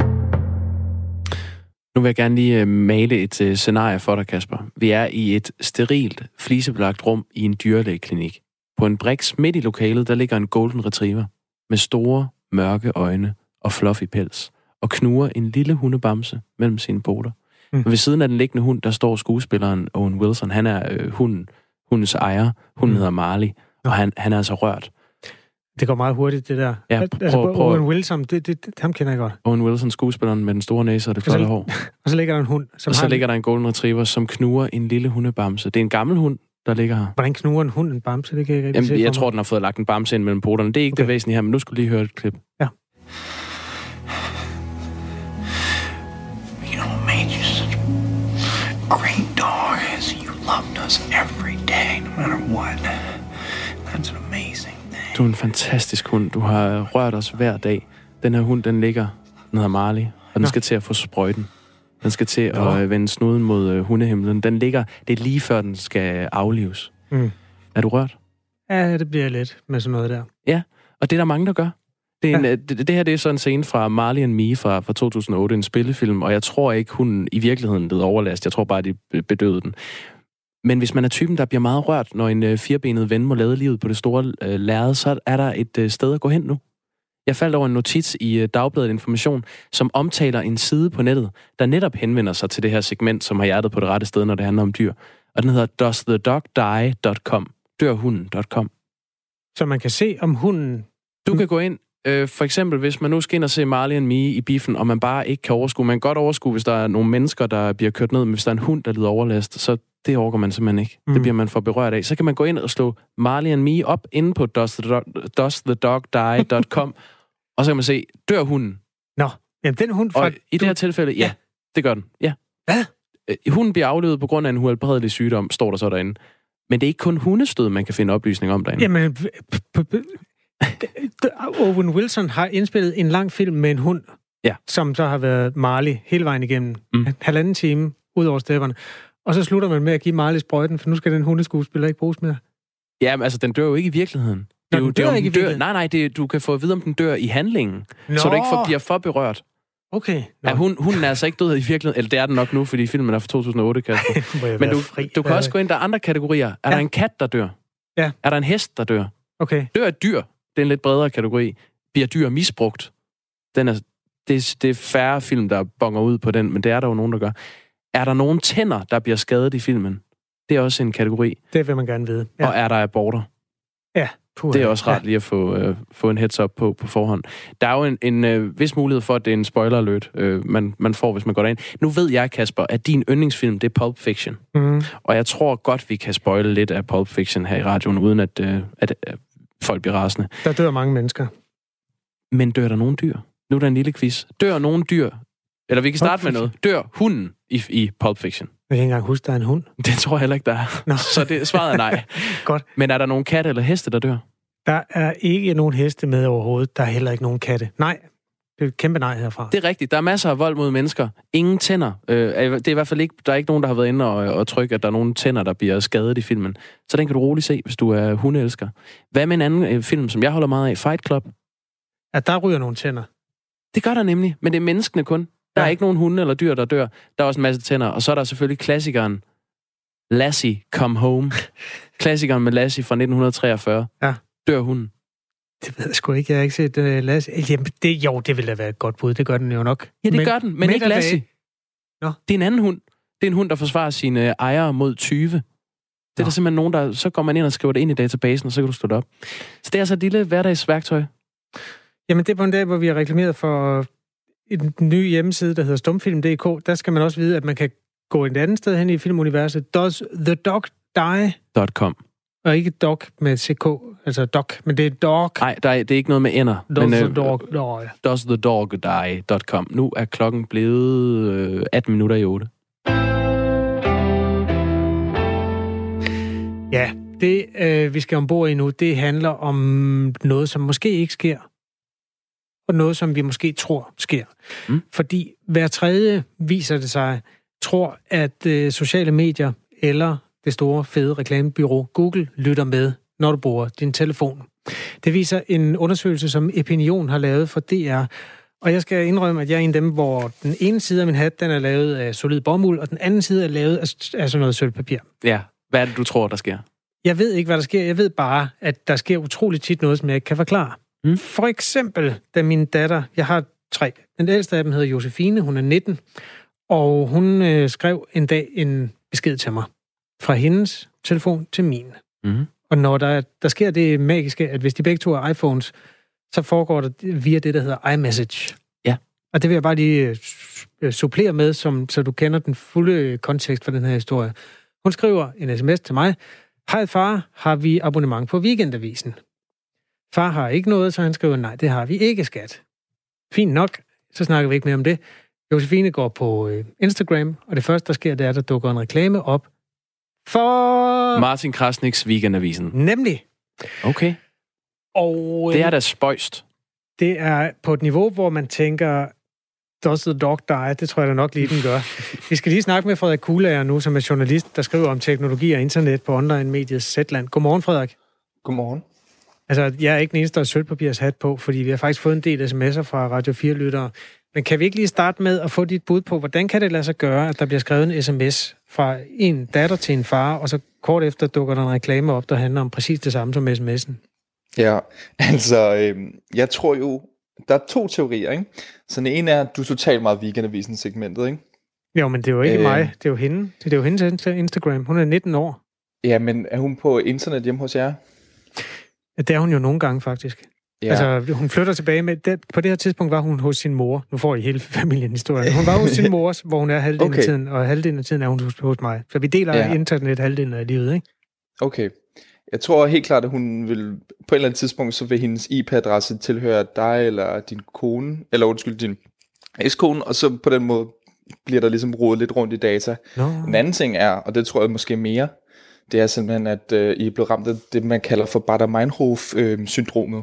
Nu vil jeg gerne lige male et uh, scenarie for dig, Kasper. Vi er i et sterilt, flisebelagt rum i en dyrlægeklinik. På en briks midt i lokalet, der ligger en golden retriever med store, mørke øjne og fluffy pels og knuger en lille hundebamse mellem sine poter. Mm. Ved siden af den liggende hund, der står skuespilleren Owen Wilson. Han er øh, hunden, hundens ejer. Hunden mm. hedder Marley, og han, han er altså rørt. Det går meget hurtigt, det der. Ja, prøv, altså, prøv, Owen Wilson, det, det, det, ham kender jeg godt. Owen Wilson, skuespilleren med den store næse og det flotte hår. Og så ligger der en hund. Som og så har ligger der en golden retriever, som knuger en lille hundebamse. Det er en gammel hund, der ligger her. Hvordan knuger en hund en bamse? Det kan jeg ikke Jamen, se jeg tror, den har fået lagt en bamse ind mellem poterne. Det er ikke okay. Det væsentlige her, men nu skal du lige høre et klip. Ja. You know, made you such a great dog as you loved us every day, no matter what. That's an amazing thing. Du er en fantastisk hund. Du har rørt os hver dag. Den her hund, den ligger, den hedder Marley, og den Nå. skal til at få sprøjten. Den skal til Nå. at vende snuden mod uh, hundehimlen. Den ligger, det er lige før den skal aflives. Mm. Er du rørt? Ja, det bliver lidt med sådan noget der. Ja, og det er der mange, der gør. Det, er en, ja. det, det her det er sådan en scene fra Marley and Me fra, fra to tusind og otte, en spillefilm, og jeg tror ikke, hun i virkeligheden led overlast. Jeg tror bare, de bedøvede den. Men hvis man er typen, der bliver meget rørt, når en uh, firbenet ven må lade livet på det store uh, lærred, så er der et uh, sted at gå hen nu. Jeg faldt over en notits i uh, Dagbladet Information, som omtaler en side på nettet, der netop henvender sig til det her segment, som har hjertet på det rette sted, når det handler om dyr. Og den hedder does the dog die punktum com. dørhunden punktum com. Så man kan se, om hunden... Du kan gå ind Øh, for eksempel, hvis man nu skal ind og se Marley and Me i biffen, og man bare ikke kan overskue. Man kan godt overskue, hvis der er nogle mennesker, der bliver kørt ned, men hvis der er en hund, der lider overlast, så det overgår man simpelthen ikke. Mm. Det bliver man for berørt af. Så kan man gå ind og slå Marley and Me op inde på does the dog, does the dog die dot com, og så kan man se, dør hunden? Nå, jamen den hund... Fra, og i det her tilfælde, ja, ja, det gør den. Ja. Hvad? Hunden bliver aflevet på grund af en uhelbredelig sygdom, står der så derinde. Men det er ikke kun hundestød, man kan finde oplysninger om derinde. Jamen... Owen Wilson har indspillet en lang film med en hund, ja. Som så har været Marley hele vejen igennem. Mm. Halvanden time ud over stepperne. Og så slutter man med at give Marley sprøjten, for nu skal den hundeskuespiller ikke bruges mere. Ja, men altså, den dør jo ikke i virkeligheden. Det er Nå, jo, den dør det er, ikke i dør, virkeligheden? Nej, nej, det, du kan få at vide, om den dør i handlingen. Nå. Så du ikke for, bliver for berørt. Okay. Ja, hun, hunden er altså ikke død i virkeligheden. Eller det er den nok nu, fordi filmen er fra to tusind og otte, Kasper. Men du, du kan også gå ind, der er andre kategorier. Er ja. der en kat, der dør? Ja. Er der en hest, der dør? Okay. Dør et dyr? Det er en lidt bredere kategori. Bliver dyr misbrugt? Den er, det, er, det er færre film, der bonger ud på den, men det er der jo nogen, der gør. Er der nogen tænder, der bliver skadet i filmen? Det er også en kategori. Det vil man gerne vide. Ja. Og er der aborter? Ja. Puh, det er også ret ja. lige at få, øh, få en heads up på på forhånd. Der er jo en, en øh, vis mulighed for, at det er en spoiler alert, øh, man, man får, hvis man går derind. Nu ved jeg, Kasper, at din yndlingsfilm, det er Pulp Fiction. Mm. Og jeg tror godt, vi kan spoile lidt af Pulp Fiction her i radioen, uden at, øh, at øh, folk bliver rasende. Der dør mange mennesker. Men dør der nogen dyr? Nu er der en lille quiz. Dør nogen dyr? Eller vi kan starte med noget. Dør hunden i, i Pulp Fiction? Jeg kan ikke engang huske, der er en hund. Det tror jeg heller ikke, der er. Nå. Så det, svaret er nej. Godt. Men er der nogen katte eller heste, der dør? Der er ikke nogen heste med overhovedet. Der er heller ikke nogen katte. Nej. Det er et kæmpe nej herfra. Det er rigtigt. Der er masser af vold mod mennesker. Ingen tænder. Øh, det er i hvert fald ikke, der er ikke nogen, der har været inde og, og trykke, at der er nogen tænder, der bliver skadet i filmen. Så den kan du roligt se, hvis du er hundeelsker. Hvad med en anden øh, film, som jeg holder meget af? Fight Club? At der ryger nogle tænder. Det gør der nemlig, men det er menneskene kun. Der ja. er ikke nogen hunde eller dyr, der dør. Der er også en masse tænder. Og så er der selvfølgelig klassikeren Lassie Come Home. Klassikeren med Lassie fra nitten treogfyrre. Ja. Dør hunden? Det ved jeg sgu ikke. Jeg har ikke set uh, Lassie. Jamen, det, jo, det ville da være et godt bud. Det gør den jo nok. Ja, det men, gør den, men, men ikke Lassie. Nå. Det er en anden hund. Det er en hund, der forsvarer sine uh, ejere mod tyve. Det er Nå. der simpelthen nogen, der... Så går man ind og skriver det ind i databasen, og så kan du slå det op. Så det er altså et lille hverdagsværktøj. Jamen, det er på en dag, hvor vi har reklameret for en ny hjemmeside, der hedder stumfilm punktum d k. Der skal man også vide, at man kan gå et andet sted hen i filmuniverset. Does the dog die? .com. Og ikke dog med ck, altså dog, men det er dog. Nej, det er ikke noget med ender. Does men, the øh, dog die? Does the dog die dot com. Nu er klokken blevet øh, atten minutter i otte. Ja, det øh, vi skal ombord i nu, det handler om noget, som måske ikke sker. Og noget, som vi måske tror sker. Mm. Fordi hver tredje, viser det sig, tror, at øh, sociale medier eller det store, fede reklamebyrå Google lytter med, når du bruger din telefon. Det viser en undersøgelse, som Epinion har lavet for D R. Og jeg skal indrømme, at jeg er en af dem, hvor den ene side af min hat, den er lavet af solid bomuld, og den anden side er lavet af, af sådan noget sølvpapir. Ja, hvad er det, du tror, der sker? Jeg ved ikke, hvad der sker. Jeg ved bare, at der sker utroligt tit noget, som jeg ikke kan forklare. Mm. For eksempel, da min datter, jeg har tre. Den ældste af dem hedder Josefine, hun er nitten, og hun øh, skrev en dag en besked til mig fra hendes telefon til min. Mm. Og når der, der sker det magiske, at hvis de begge to er iPhones, så foregår det via det, der hedder iMessage. Ja. Og det vil jeg bare lige øh, supplere med, som, så du kender den fulde kontekst for den her historie. Hun skriver en sms til mig. Hej far, har vi abonnement på Weekendavisen? Far har ikke noget, så han skriver, nej, det har vi ikke, skat. Fint nok, så snakker vi ikke mere om det. Josefine går på øh, Instagram, og det første, der sker, det er, at der dukker en reklame op for... Martin Krasniks Weekendavisen. Nemlig. Okay. Og, øh, det er da spøjst. Det er på et niveau, hvor man tænker, does the dog die? Det tror jeg da nok lige, den gør. Vi skal lige snakke med Frederik Kuhlager nu, som er journalist, der skriver om teknologi og internet på online-mediet Zetland. Godmorgen, Frederik. Godmorgen. Altså, jeg er ikke den eneste, der har sølvpapirs hat på, fordi vi har faktisk fået en del sms'er fra Radio fire-lyttere. Men kan vi ikke lige starte med at få dit bud på, hvordan kan det lade sig gøre, at der bliver skrevet en sms fra en datter til en far, og så kort efter dukker der en reklame op, der handler om præcis det samme som sms'en? Ja, altså, øh, jeg tror jo, der er to teorier, ikke? Så den ene er, at du er totalt meget Weekendavisen-segmentet, ikke? Jo, men det er jo ikke øh, mig, det er jo hende. Det er jo hendes Instagram. Hun er nitten år. Ja, men er hun på internet hjemme hos jer? Ja, det er hun jo nogle gange, faktisk. Ja. Altså, hun flytter tilbage med... Det, på det her tidspunkt var hun hos sin mor. Nu får I hele familien historien. Hun var hos sin mor, hvor hun er halvdelen okay. af tiden, og halvdelen af tiden er hun hos, hos mig. Så vi deler ja. internet halvdelen af livet, ikke? Okay. Jeg tror helt klart, at hun vil... På et eller andet tidspunkt, så vil hendes I P-adresse tilhøre dig, eller din kone, eller undskyld, din ekskone, og så på den måde bliver der ligesom rodet lidt rundt i data. No. En anden ting er, og det tror jeg måske mere, det er simpelthen, at øh, I er blevet ramt af det, man kalder for Baader-Meinhof-syndromet.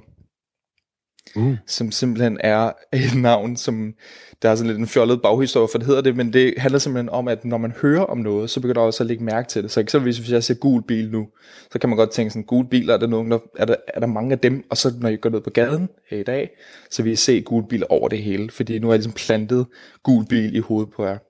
Uh. Som simpelthen er et navn, som der er sådan lidt en fjollet baghistorie for, det hedder det, men det handler simpelthen om, at når man hører om noget, så begynder man også at lægge mærke til det. Så eksempelvis, hvis jeg ser gul bil nu, så kan man godt tænke sådan, gul bil, er der, nogen, der, er der, er der mange af dem? Og så når I går ned på gaden her i dag, så vil I se gul bil over det hele, fordi nu er jeg ligesom plantet gul bil i hovedet på jer.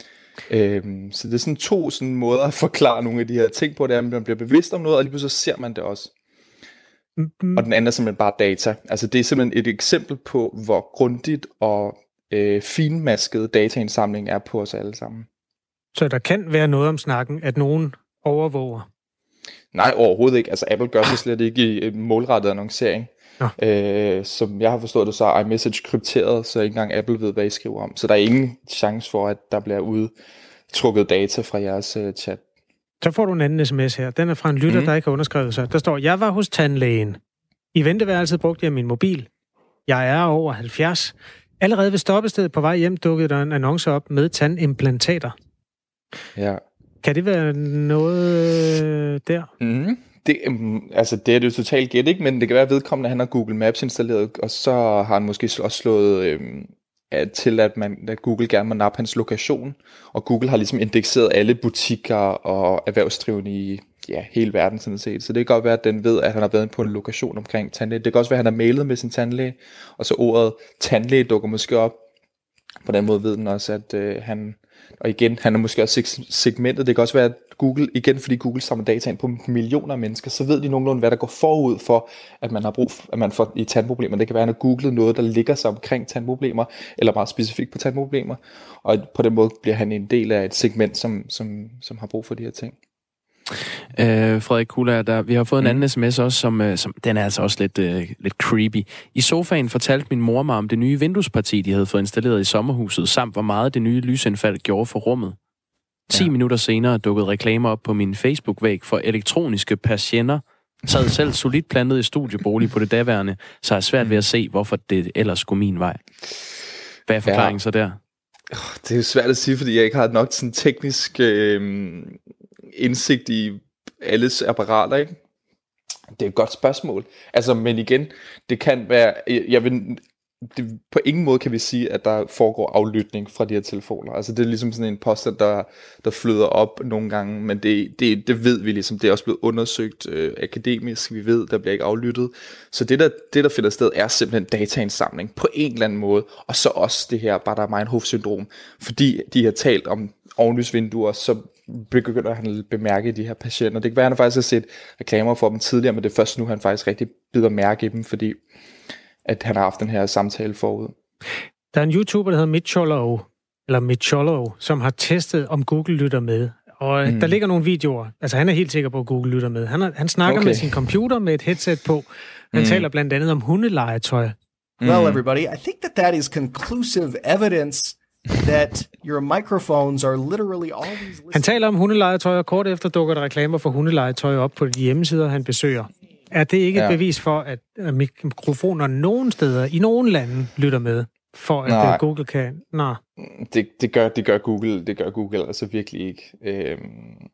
Øhm, så det er sådan to sådan måder at forklare nogle af de her ting på, det er, at man bliver bevidst om noget, og lige pludselig ser man det også. Mm-hmm. Og den anden er simpelthen bare data. Altså det er simpelthen et eksempel på, hvor grundigt og øh, finmasket dataindsamling er på os alle sammen. Så der kan være noget om snakken, at nogen overvåger? Nej, overhovedet ikke. Altså Apple gør det slet ikke i målrettet annoncering. Ja. Øh, som jeg har forstået det, så er iMessage krypteret, så ikke engang Apple ved, hvad I skriver om. Så der er ingen chance for, at der bliver udtrukket data fra jeres uh, chat. Så får du en anden sms her. Den er fra en lytter, mm. der ikke har underskrevet sig. Der står, jeg var hos tandlægen. I venteværelset brugte jeg min mobil. Jeg er over halvfjerds. Allerede ved stoppestedet på vej hjem dukkede der en annonce op med tandimplantater. Ja. Kan det være noget der? Mhm. Det, altså det er det jo totalt gæt, ikke? Men det kan være vedkommende, at han har Google Maps installeret, og så har han måske også slået øhm, at til, at, man, at Google gerne må nappe hans lokation, og Google har ligesom indekseret alle butikker og erhvervsdrivende i ja, hele verden sådan set. Så det kan godt være, at den ved, at han har været på en lokation omkring tandlæge. Det kan også være, at han har mailet med sin tandlæge, og så ordet tandlæge dukker måske op. På den måde ved den også, at øh, han... Og igen, han er måske også segmentet. Det kan også være, at Google, igen fordi Google samler data ind på millioner af mennesker, så ved de nogenlunde, hvad der går forud for, at man har brug for, at man får i tandproblemer. Det kan være, at han har googlet noget, der ligger sig omkring tandproblemer, eller meget specifikt på tandproblemer. Og på den måde bliver han en del af et segment, som, som, som har brug for de her ting. Øh, Frederik Kuller, der, vi har fået en anden mm. sms også, som, øh, som den er altså også lidt, øh, lidt creepy. I sofaen fortalte min mor mig om det nye vinduesparti, de havde fået installeret i sommerhuset, samt hvor meget det nye lysindfald gjorde for rummet. ti ja. minutter senere dukkede reklamer op på min Facebook-væg for elektroniske persienner. Sad selv solidt plantet i studiebolig på det daværende, så er svært ved at se, hvorfor det ellers skulle min vej. Hvad er forklaringen ja. så der? Det er jo svært at sige, fordi jeg ikke har nok sådan teknisk... Øh... indsigt i alles apparater, ikke? Det er et godt spørgsmål. Altså, men igen, det kan være, jeg vil, det, på ingen måde kan vi sige, at der foregår aflytning fra de her telefoner. Altså, det er ligesom sådan en påstand, der, der flyder op nogle gange, men det, det, det ved vi ligesom, det er også blevet undersøgt øh, akademisk, vi ved, der bliver ikke aflyttet. Så det der, det, der finder sted, er simpelthen dataindsamling på en eller anden måde, og så også det her Baader-Meinhof-syndrom, fordi de har talt om ovenlysvinduer, så begynder han at bemærke de her patienter. Det kan være, at han faktisk har set reklamer for dem tidligere, men det er først nu, han faktisk rigtig bider mærke i dem, fordi at han har haft den her samtale forud. Der er en YouTuber, der hedder Mitcholo, eller Mitcholo, som har testet, om Google lytter med. Og mm. der ligger nogle videoer. Altså, han er helt sikker på, at Google lytter med. Han, har, han snakker okay. med sin computer med et headset på. Han mm. taler blandt andet om hundelegetøj. Mm. Well, everybody, I think that that is conclusive evidence that your microphones are literally always listening. Han taler om hundelegetøj, og kort efter dukker der reklamer for hundelegetøj op på de hjemmesider, han besøger. Er det ikke ja. et bevis for, at mikrofoner nogen steder, i nogen lande, lytter med, for at Nej. Google kan? Nej. Det, det, gør, det gør Google, det gør Google altså virkelig ikke. Øhm,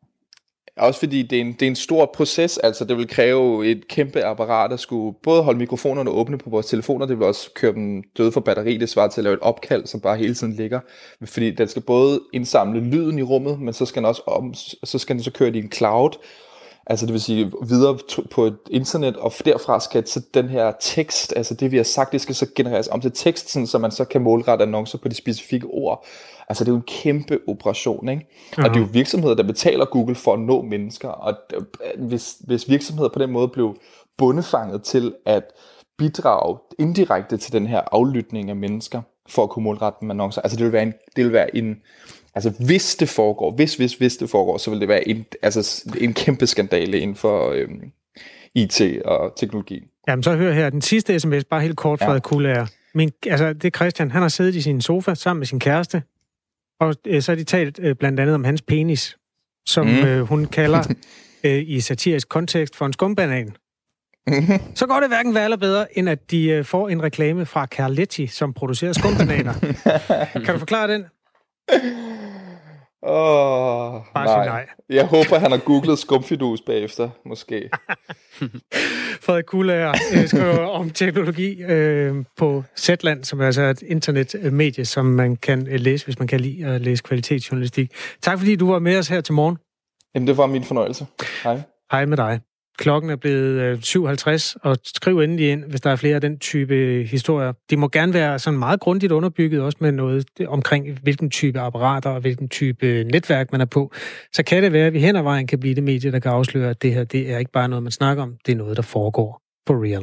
også fordi det er, en, det er en stor proces, altså det vil kræve et kæmpe apparat, der skulle både holde mikrofonerne åbne på vores telefoner, det vil også køre dem døde for batteri, det svarer til at lave et opkald, som bare hele tiden ligger, fordi den skal både indsamle lyden i rummet, men så skal den også om, så skal den så køre det i en cloud, altså det vil sige videre på et internet, og derfra skal til den her tekst, altså det vi har sagt, det skal så genereres om til tekst, sådan, så man så kan målrette annoncer på de specifikke ord. Altså det er jo en kæmpe operation, ikke? Uh-huh. Og det er jo virksomheder, der betaler Google for at nå mennesker, og hvis, hvis virksomheder på den måde blev bundefanget til at bidrage indirekte til den her aflytning af mennesker, for at kunne målrette dem annoncer, altså det vil være en, det vil være en altså hvis det foregår, hvis, hvis, hvis det foregår, så vil det være en, altså, en kæmpe skandale inden for øhm, I T og teknologi. Jamen, så hør her. Den sidste sms, bare helt kort, Frederik ja. Kullager. Men altså, det er Christian, han har siddet i sin sofa sammen med sin kæreste, og øh, så har de talt øh, blandt andet om hans penis, som mm. øh, hun kalder øh, i satirisk kontekst for en skumbanan. Mm-hmm. Så går det hverken værre eller bedre, end at de øh, får en reklame fra Carletti, som producerer skumbananer. Kan du forklare den? Åh, oh, nej. nej. Jeg håber, han har googlet skumfidus bagefter, måske. Frederik Kullager øh, skriver om teknologi øh, på Zetland, som er altså et internetmedie, som man kan øh, læse, hvis man kan lide at læse kvalitetsjournalistik. Tak fordi du var med os her til morgen. Jamen, det var min fornøjelse. Hej. Hej med dig. Klokken er blevet øh, syv halvtreds, og skriv endelig ind, hvis der er flere af den type historier. De må gerne være sådan meget grundigt underbygget, også med noget omkring, hvilken type apparater og hvilken type netværk man er på. Så kan det være, at vi hen ad vejen kan blive det medie, der kan afsløre, at det her det er ikke bare noget, man snakker om, det er noget, der foregår for real.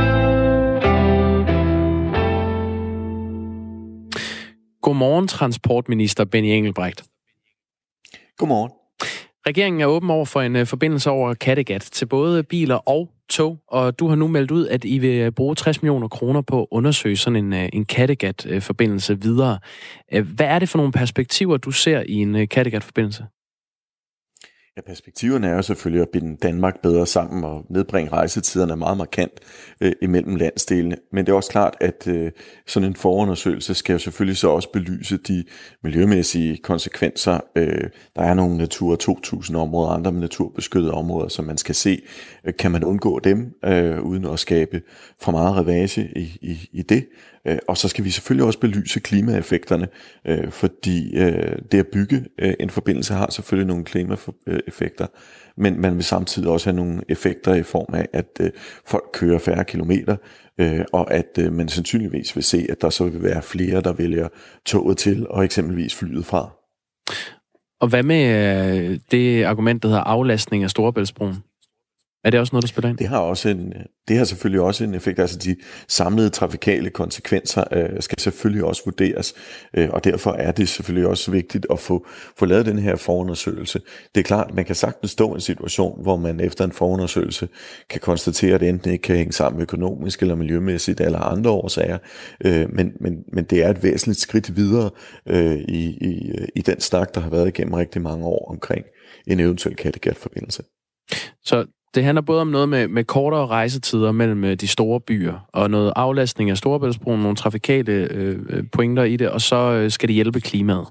Godmorgen, transportminister Benny Engelbrecht. Godmorgen. Regeringen er åben over for en uh, forbindelse over Kattegat til både biler og tog, og du har nu meldt ud, at I vil bruge tres millioner kroner på at undersøge sådan en, uh, en Kattegat-forbindelse videre. Uh, hvad er det for nogle perspektiver, du ser i en uh, Kattegat-forbindelse? Ja, perspektiverne er jo selvfølgelig at binde Danmark bedre sammen og nedbringe rejsetiderne meget markant øh, imellem landsdelene. Men det er også klart, at øh, sådan en forundersøgelse skal jo selvfølgelig så også belyse de miljømæssige konsekvenser. Øh, der er nogle Natura to tusind områder, andre naturbeskyttede områder, som man skal se. Øh, kan man undgå dem, øh, uden at skabe for meget ravage i, i, i det? Øh, og så skal vi selvfølgelig også belyse klimaeffekterne, øh, fordi øh, det at bygge øh, en forbindelse har selvfølgelig nogle klimaeffekter, men man vil samtidig også have nogle effekter i form af, at øh, folk kører færre kilometer, øh, og at øh, man sandsynligvis vil se, at der så vil være flere, der vælger toget til og eksempelvis flyet fra. Og hvad med øh, det argument, der hedder aflastning af Storebæltsbroen? Er det også noget, der spiller ind? Det har, også en, det har selvfølgelig også en effekt. Altså de samlede trafikale konsekvenser øh, skal selvfølgelig også vurderes, øh, og derfor er det selvfølgelig også vigtigt at få, få lavet den her forundersøgelse. Det er klart, at man kan sagtens stå i en situation, hvor man efter en forundersøgelse kan konstatere, at det enten ikke kan hænge sammen økonomisk eller miljømæssigt eller andre årsager, øh, men, men, men det er et væsentligt skridt videre øh, i, i, i den snak, der har været igennem rigtig mange år omkring en eventuel Kattegat-forbindelse. Så det handler både om noget med, med kortere rejsetider mellem de store byer, og noget aflastning af Storebæltsbroen, nogle trafikale øh, pointer i det, og så øh, skal det hjælpe klimaet.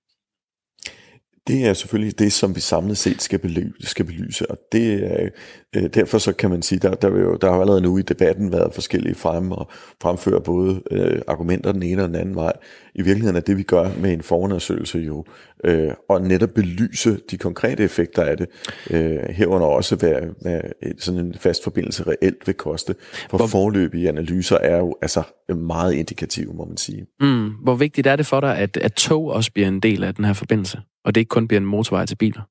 Det er selvfølgelig det, som vi samlet set skal belyse, skal belyse og det er, øh, derfor så kan man sige, der, der, jo, der har jo allerede nu i debatten været forskellige fremme og fremføre både øh, argumenter den ene og den anden vej. I virkeligheden er det, vi gør med en forundersøgelse jo, øh, og netop belyse de konkrete effekter af det, øh, herunder også, hvad, hvad sådan en fast forbindelse reelt vil koste. For hvor, foreløbige analyser er jo altså meget indikative, må man sige. Mm, hvor vigtigt er det for dig, at, at tog også bliver en del af den her forbindelse? Og det ikke kun bliver en motorvej til biler?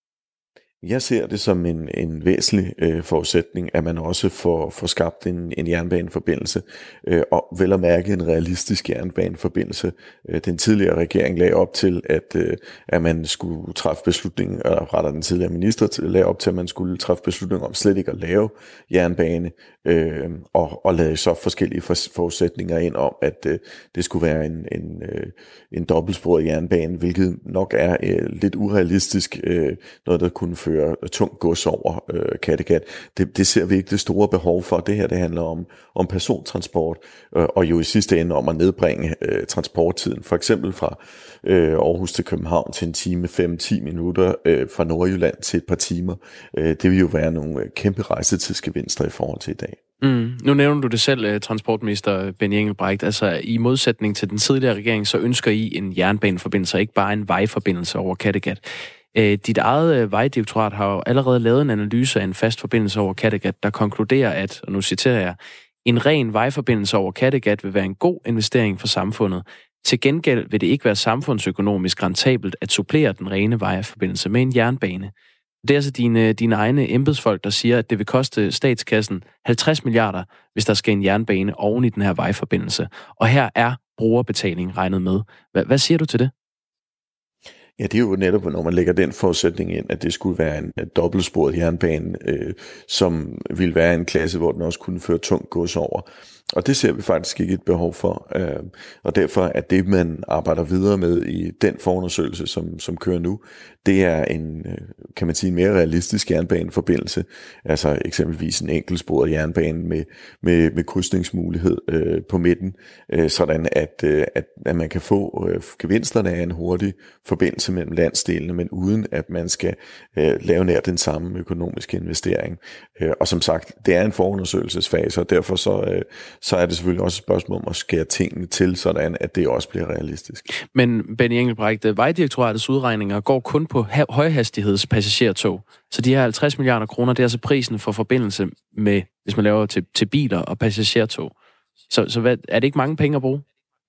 Jeg ser det som en, en væsentlig øh, forudsætning, at man også får, får skabt en, en jernbaneforbindelse, øh, og vel at mærke en realistisk jernbaneforbindelse. Øh, den tidligere regering lagde op til, at, øh, at man skulle træffe beslutning, eller rettere den tidligere minister lagde op til, at man skulle træffe beslutning om slet ikke at lave jernbane, øh, og, og lagde så forskellige forudsætninger ind om, at øh, det skulle være en, en, øh, en dobbeltsporet jernbane, hvilket nok er øh, lidt urealistisk, øh, noget der kunne føre tungt gods over øh, Kattegat. Det, det ser vi ikke det store behov for. Det her, det handler om, om persontransport, øh, og jo i sidste ende om at nedbringe øh, transporttiden. For eksempel fra øh, Aarhus til København til en time, fem til ti minutter, øh, fra Nordjylland til et par timer. Øh, det vil jo være nogle kæmpe rejsetidsgevinster i forhold til i dag. Mm. Nu nævner du det selv, transportminister Benny Engelbrecht. Altså i modsætning til den tidligere regering, så ønsker I en jernbaneforbindelse, ikke bare en vejforbindelse over Kattegat. Dit eget vejdirektorat har jo allerede lavet en analyse af en fast forbindelse over Kattegat, der konkluderer, at, og nu citerer jeg, en ren vejforbindelse over Kattegat vil være en god investering for samfundet. Til gengæld vil det ikke være samfundsøkonomisk rentabelt at supplere den rene vejforbindelse med en jernbane. Det er altså dine, dine egne embedsfolk, der siger, at det vil koste statskassen halvtreds milliarder, hvis der skal en jernbane oven i den her vejforbindelse. Og her er brugerbetaling regnet med. Hvad, hvad siger du til det? Ja, det er jo netop, når man lægger den forudsætning ind, at det skulle være en, en dobbeltsporet jernbane, øh, som ville være en klasse, hvor den også kunne føre tungt gods over. Og det ser vi faktisk ikke et behov for. Øh, og derfor er det, man arbejder videre med i den forundersøgelse, som, som kører nu, det er en, kan man sige, en mere realistisk jernbaneforbindelse. Altså eksempelvis en enkeltsporet jernbane med, med, med krydsningsmulighed øh, på midten, øh, sådan at, øh, at, at man kan få øh, gevinsterne af en hurtig forbindelse mellem landsdelene, men uden at man skal øh, lave nær den samme økonomiske investering. Øh, og som sagt, det er en forundersøgelsesfase, og derfor så, øh, så er det selvfølgelig også et spørgsmål om at skære tingene til, sådan at det også bliver realistisk. Men Benny Engelbrecht, Vejdirektoratets udregninger går kun på højhastighedspassagertog. Så de her halvtreds milliarder kroner, det er altså prisen for forbindelse med, hvis man laver til, til biler og passagertog. Så, så hvad, er det ikke mange penge at bruge?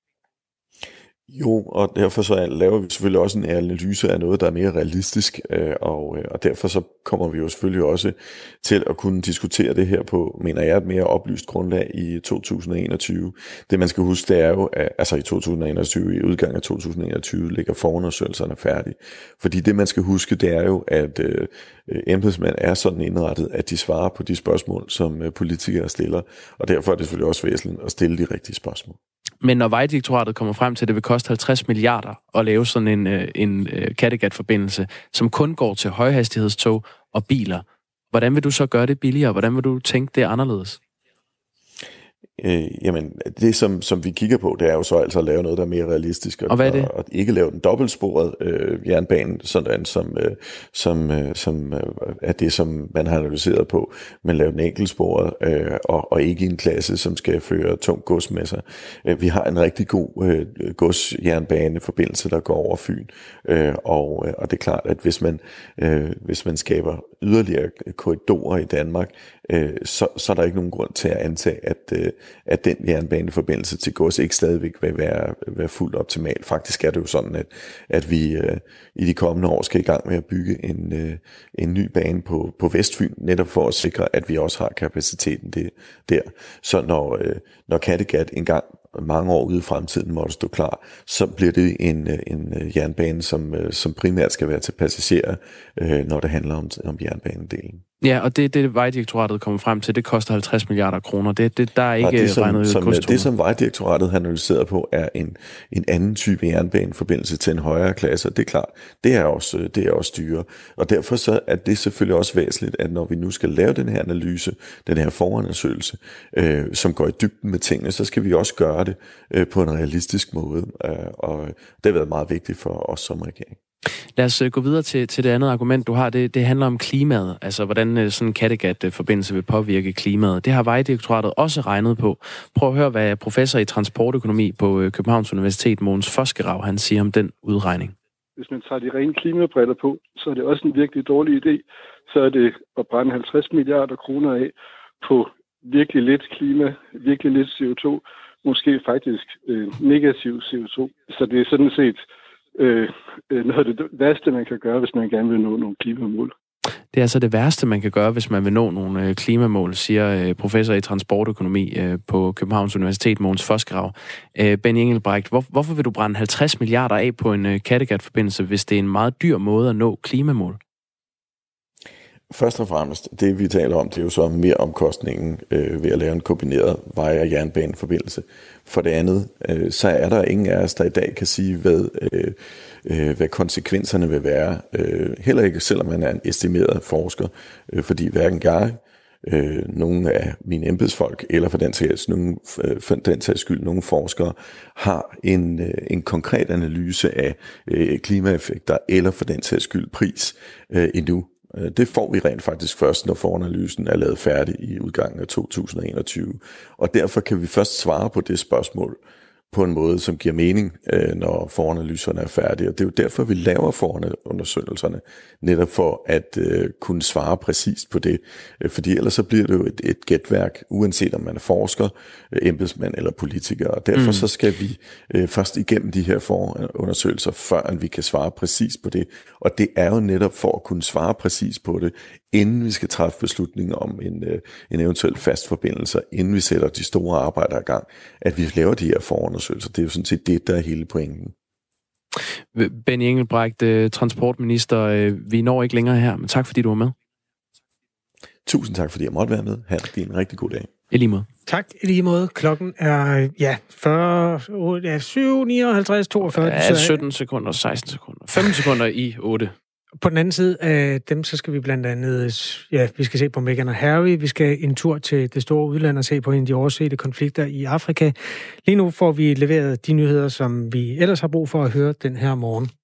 Jo, og derfor så laver vi selvfølgelig også en analyse af noget, der er mere realistisk, øh, og, øh, og derfor så kommer vi jo selvfølgelig også til at kunne diskutere det her på, mener jeg, et mere oplyst grundlag i to tusind og enogtyve. Det man skal huske, det er jo, at altså i to tusind og enogtyve, i udgangen af to tusind og enogtyve, ligger forundersøgelserne færdige. Fordi det man skal huske, det er jo, at øh, embedsmænd er sådan indrettet, at de svarer på de spørgsmål, som øh, politikere stiller, og derfor er det selvfølgelig også væsentligt at stille de rigtige spørgsmål. Men når Vejdirektoratet kommer frem til, at det vil koste halvtreds milliarder at lave sådan en, en Kattegat-forbindelse, som kun går til højhastighedstog og biler, hvordan vil du så gøre det billigere? Hvordan vil du tænke det anderledes? Øh, jamen, det som, som vi kigger på, det er jo så altså at lave noget, der er mere realistisk. Og, og hvad er det? Og, og ikke lave den dobbeltsporet øh, jernbane, sådan som, øh, som, øh, som øh, er det, som man har analyseret på, men lave den enkeltsporet, øh, og, og ikke en klasse, som skal føre tung gods med sig. Øh, vi har en rigtig god øh, godsjernbaneforbindelse, der går over Fyn, øh, og, og det er klart, at hvis man, øh, hvis man skaber yderligere korridorer i Danmark, øh, så, så er der ikke nogen grund til at antage, at øh, at den jernbaneforbindelse til gods ikke stadigvæk vil være, være fuldt optimal. Faktisk er det jo sådan, at, at vi øh, i de kommende år skal i gang med at bygge en, øh, en ny bane på, på Vestfyn, netop for at sikre, at vi også har kapaciteten det, der. Så når, øh, når Kattegat engang mange år ude i fremtiden måtte stå klar, så bliver det en, en jernbane, som, som primært skal være til passagerer, øh, når det handler om, om jernbanedelen. Ja, og det det Vejdirektoratet kommer frem til, det koster halvtreds milliarder kroner. Det, det, der er ikke det, som, regnet som, det, som Vejdirektoratet har analyseret på, er en, en anden type jernbaneforbindelse til en højere klasse. Det er klart, det er også, det er også dyre. Og derfor så er det selvfølgelig også væsentligt, at når vi nu skal lave den her analyse, den her forundersøgelse, øh, som går i dybden med tingene, så skal vi også gøre det øh, på en realistisk måde. Øh, og det har været meget vigtigt for os som regering. Lad os gå videre til, til det andet argument, du har. Det, det handler om klimaet. Altså, hvordan sådan en Kattegat-forbindelse vil påvirke klimaet. Det har Vejdirektoratet også regnet på. Prøv at høre, hvad professor i transportøkonomi på Københavns Universitet, Mogens Fosgerau, han siger om den udregning. Hvis man tager de rene klimabriller på, så er det også en virkelig dårlig idé. Så er det at brænde halvtreds milliarder kroner af på virkelig lidt klima, virkelig lidt C O to, måske faktisk øh, negativ C O to. Så det er sådan set Øh, noget af det værste, man kan gøre, hvis man gerne vil nå nogle klimamål. Det er altså det værste, man kan gøre, hvis man vil nå nogle øh, klimamål, siger øh, professor i transportøkonomi øh, på Københavns Universitet, Mogens Fosgerau. Øh, Benny Engelbrecht, hvor, hvorfor vil du brænde halvtreds milliarder af på en øh, Kattegat-forbindelse, hvis det er en meget dyr måde at nå klimamål? Først og fremmest, det vi taler om, det er jo så mere omkostningen øh, ved at lave en kombineret vej- og jernbaneforbindelse. For det andet, øh, så er der ingen af os, der i dag kan sige, hvad, øh, øh, hvad konsekvenserne vil være. Øh, heller ikke, selvom man er en estimeret forsker, øh, fordi hverken jeg, øh, nogle af mine embedsfolk, eller for den sags, nogle, for den sags skyld, nogle forskere, har en, øh, en konkret analyse af øh, klimaeffekter, eller for den sags skyld pris øh, endnu. Det får vi rent faktisk først, når foranalysen er lavet færdig i udgangen af to tusind og enogtyve. Og derfor kan vi først svare på det spørgsmål på en måde, som giver mening, når foranalyserne er færdige. Og det er jo derfor, vi laver forundersøgelserne, netop for at uh, kunne svare præcist på det. Fordi ellers så bliver det jo et, et gætværk, uanset om man er forsker, embedsmand eller politiker. Og derfor mm. så skal vi uh, først igennem de her forundersøgelser, før vi kan svare præcis på det. Og det er jo netop for at kunne svare præcis på det, inden vi skal træffe beslutninger om en, uh, en eventuel fast forbindelse, inden vi sætter de store arbejder i gang, at vi laver de her forundersøgelser. Det er jo sådan set det, der er hele pointen. Benny Engelbrecht, transportminister, vi når ikke længere her, men tak fordi du var med. Tusind tak, fordi jeg måtte være med. Ha' det en rigtig god dag. I lige måde. Tak, i lige måde. Klokken er, ja, fyrre, ja, syv, nioghalvtreds, toogfyrre. Ja, sytten sekunder, seksten sekunder. femten sekunder i otte. På den anden side af dem, så skal vi blandt andet, ja, vi skal se på Meghan og Harry, vi skal en tur til det store udland og se på en af de oversete konflikter i Afrika. Lige nu får vi leveret de nyheder, som vi ellers har brug for at høre den her morgen.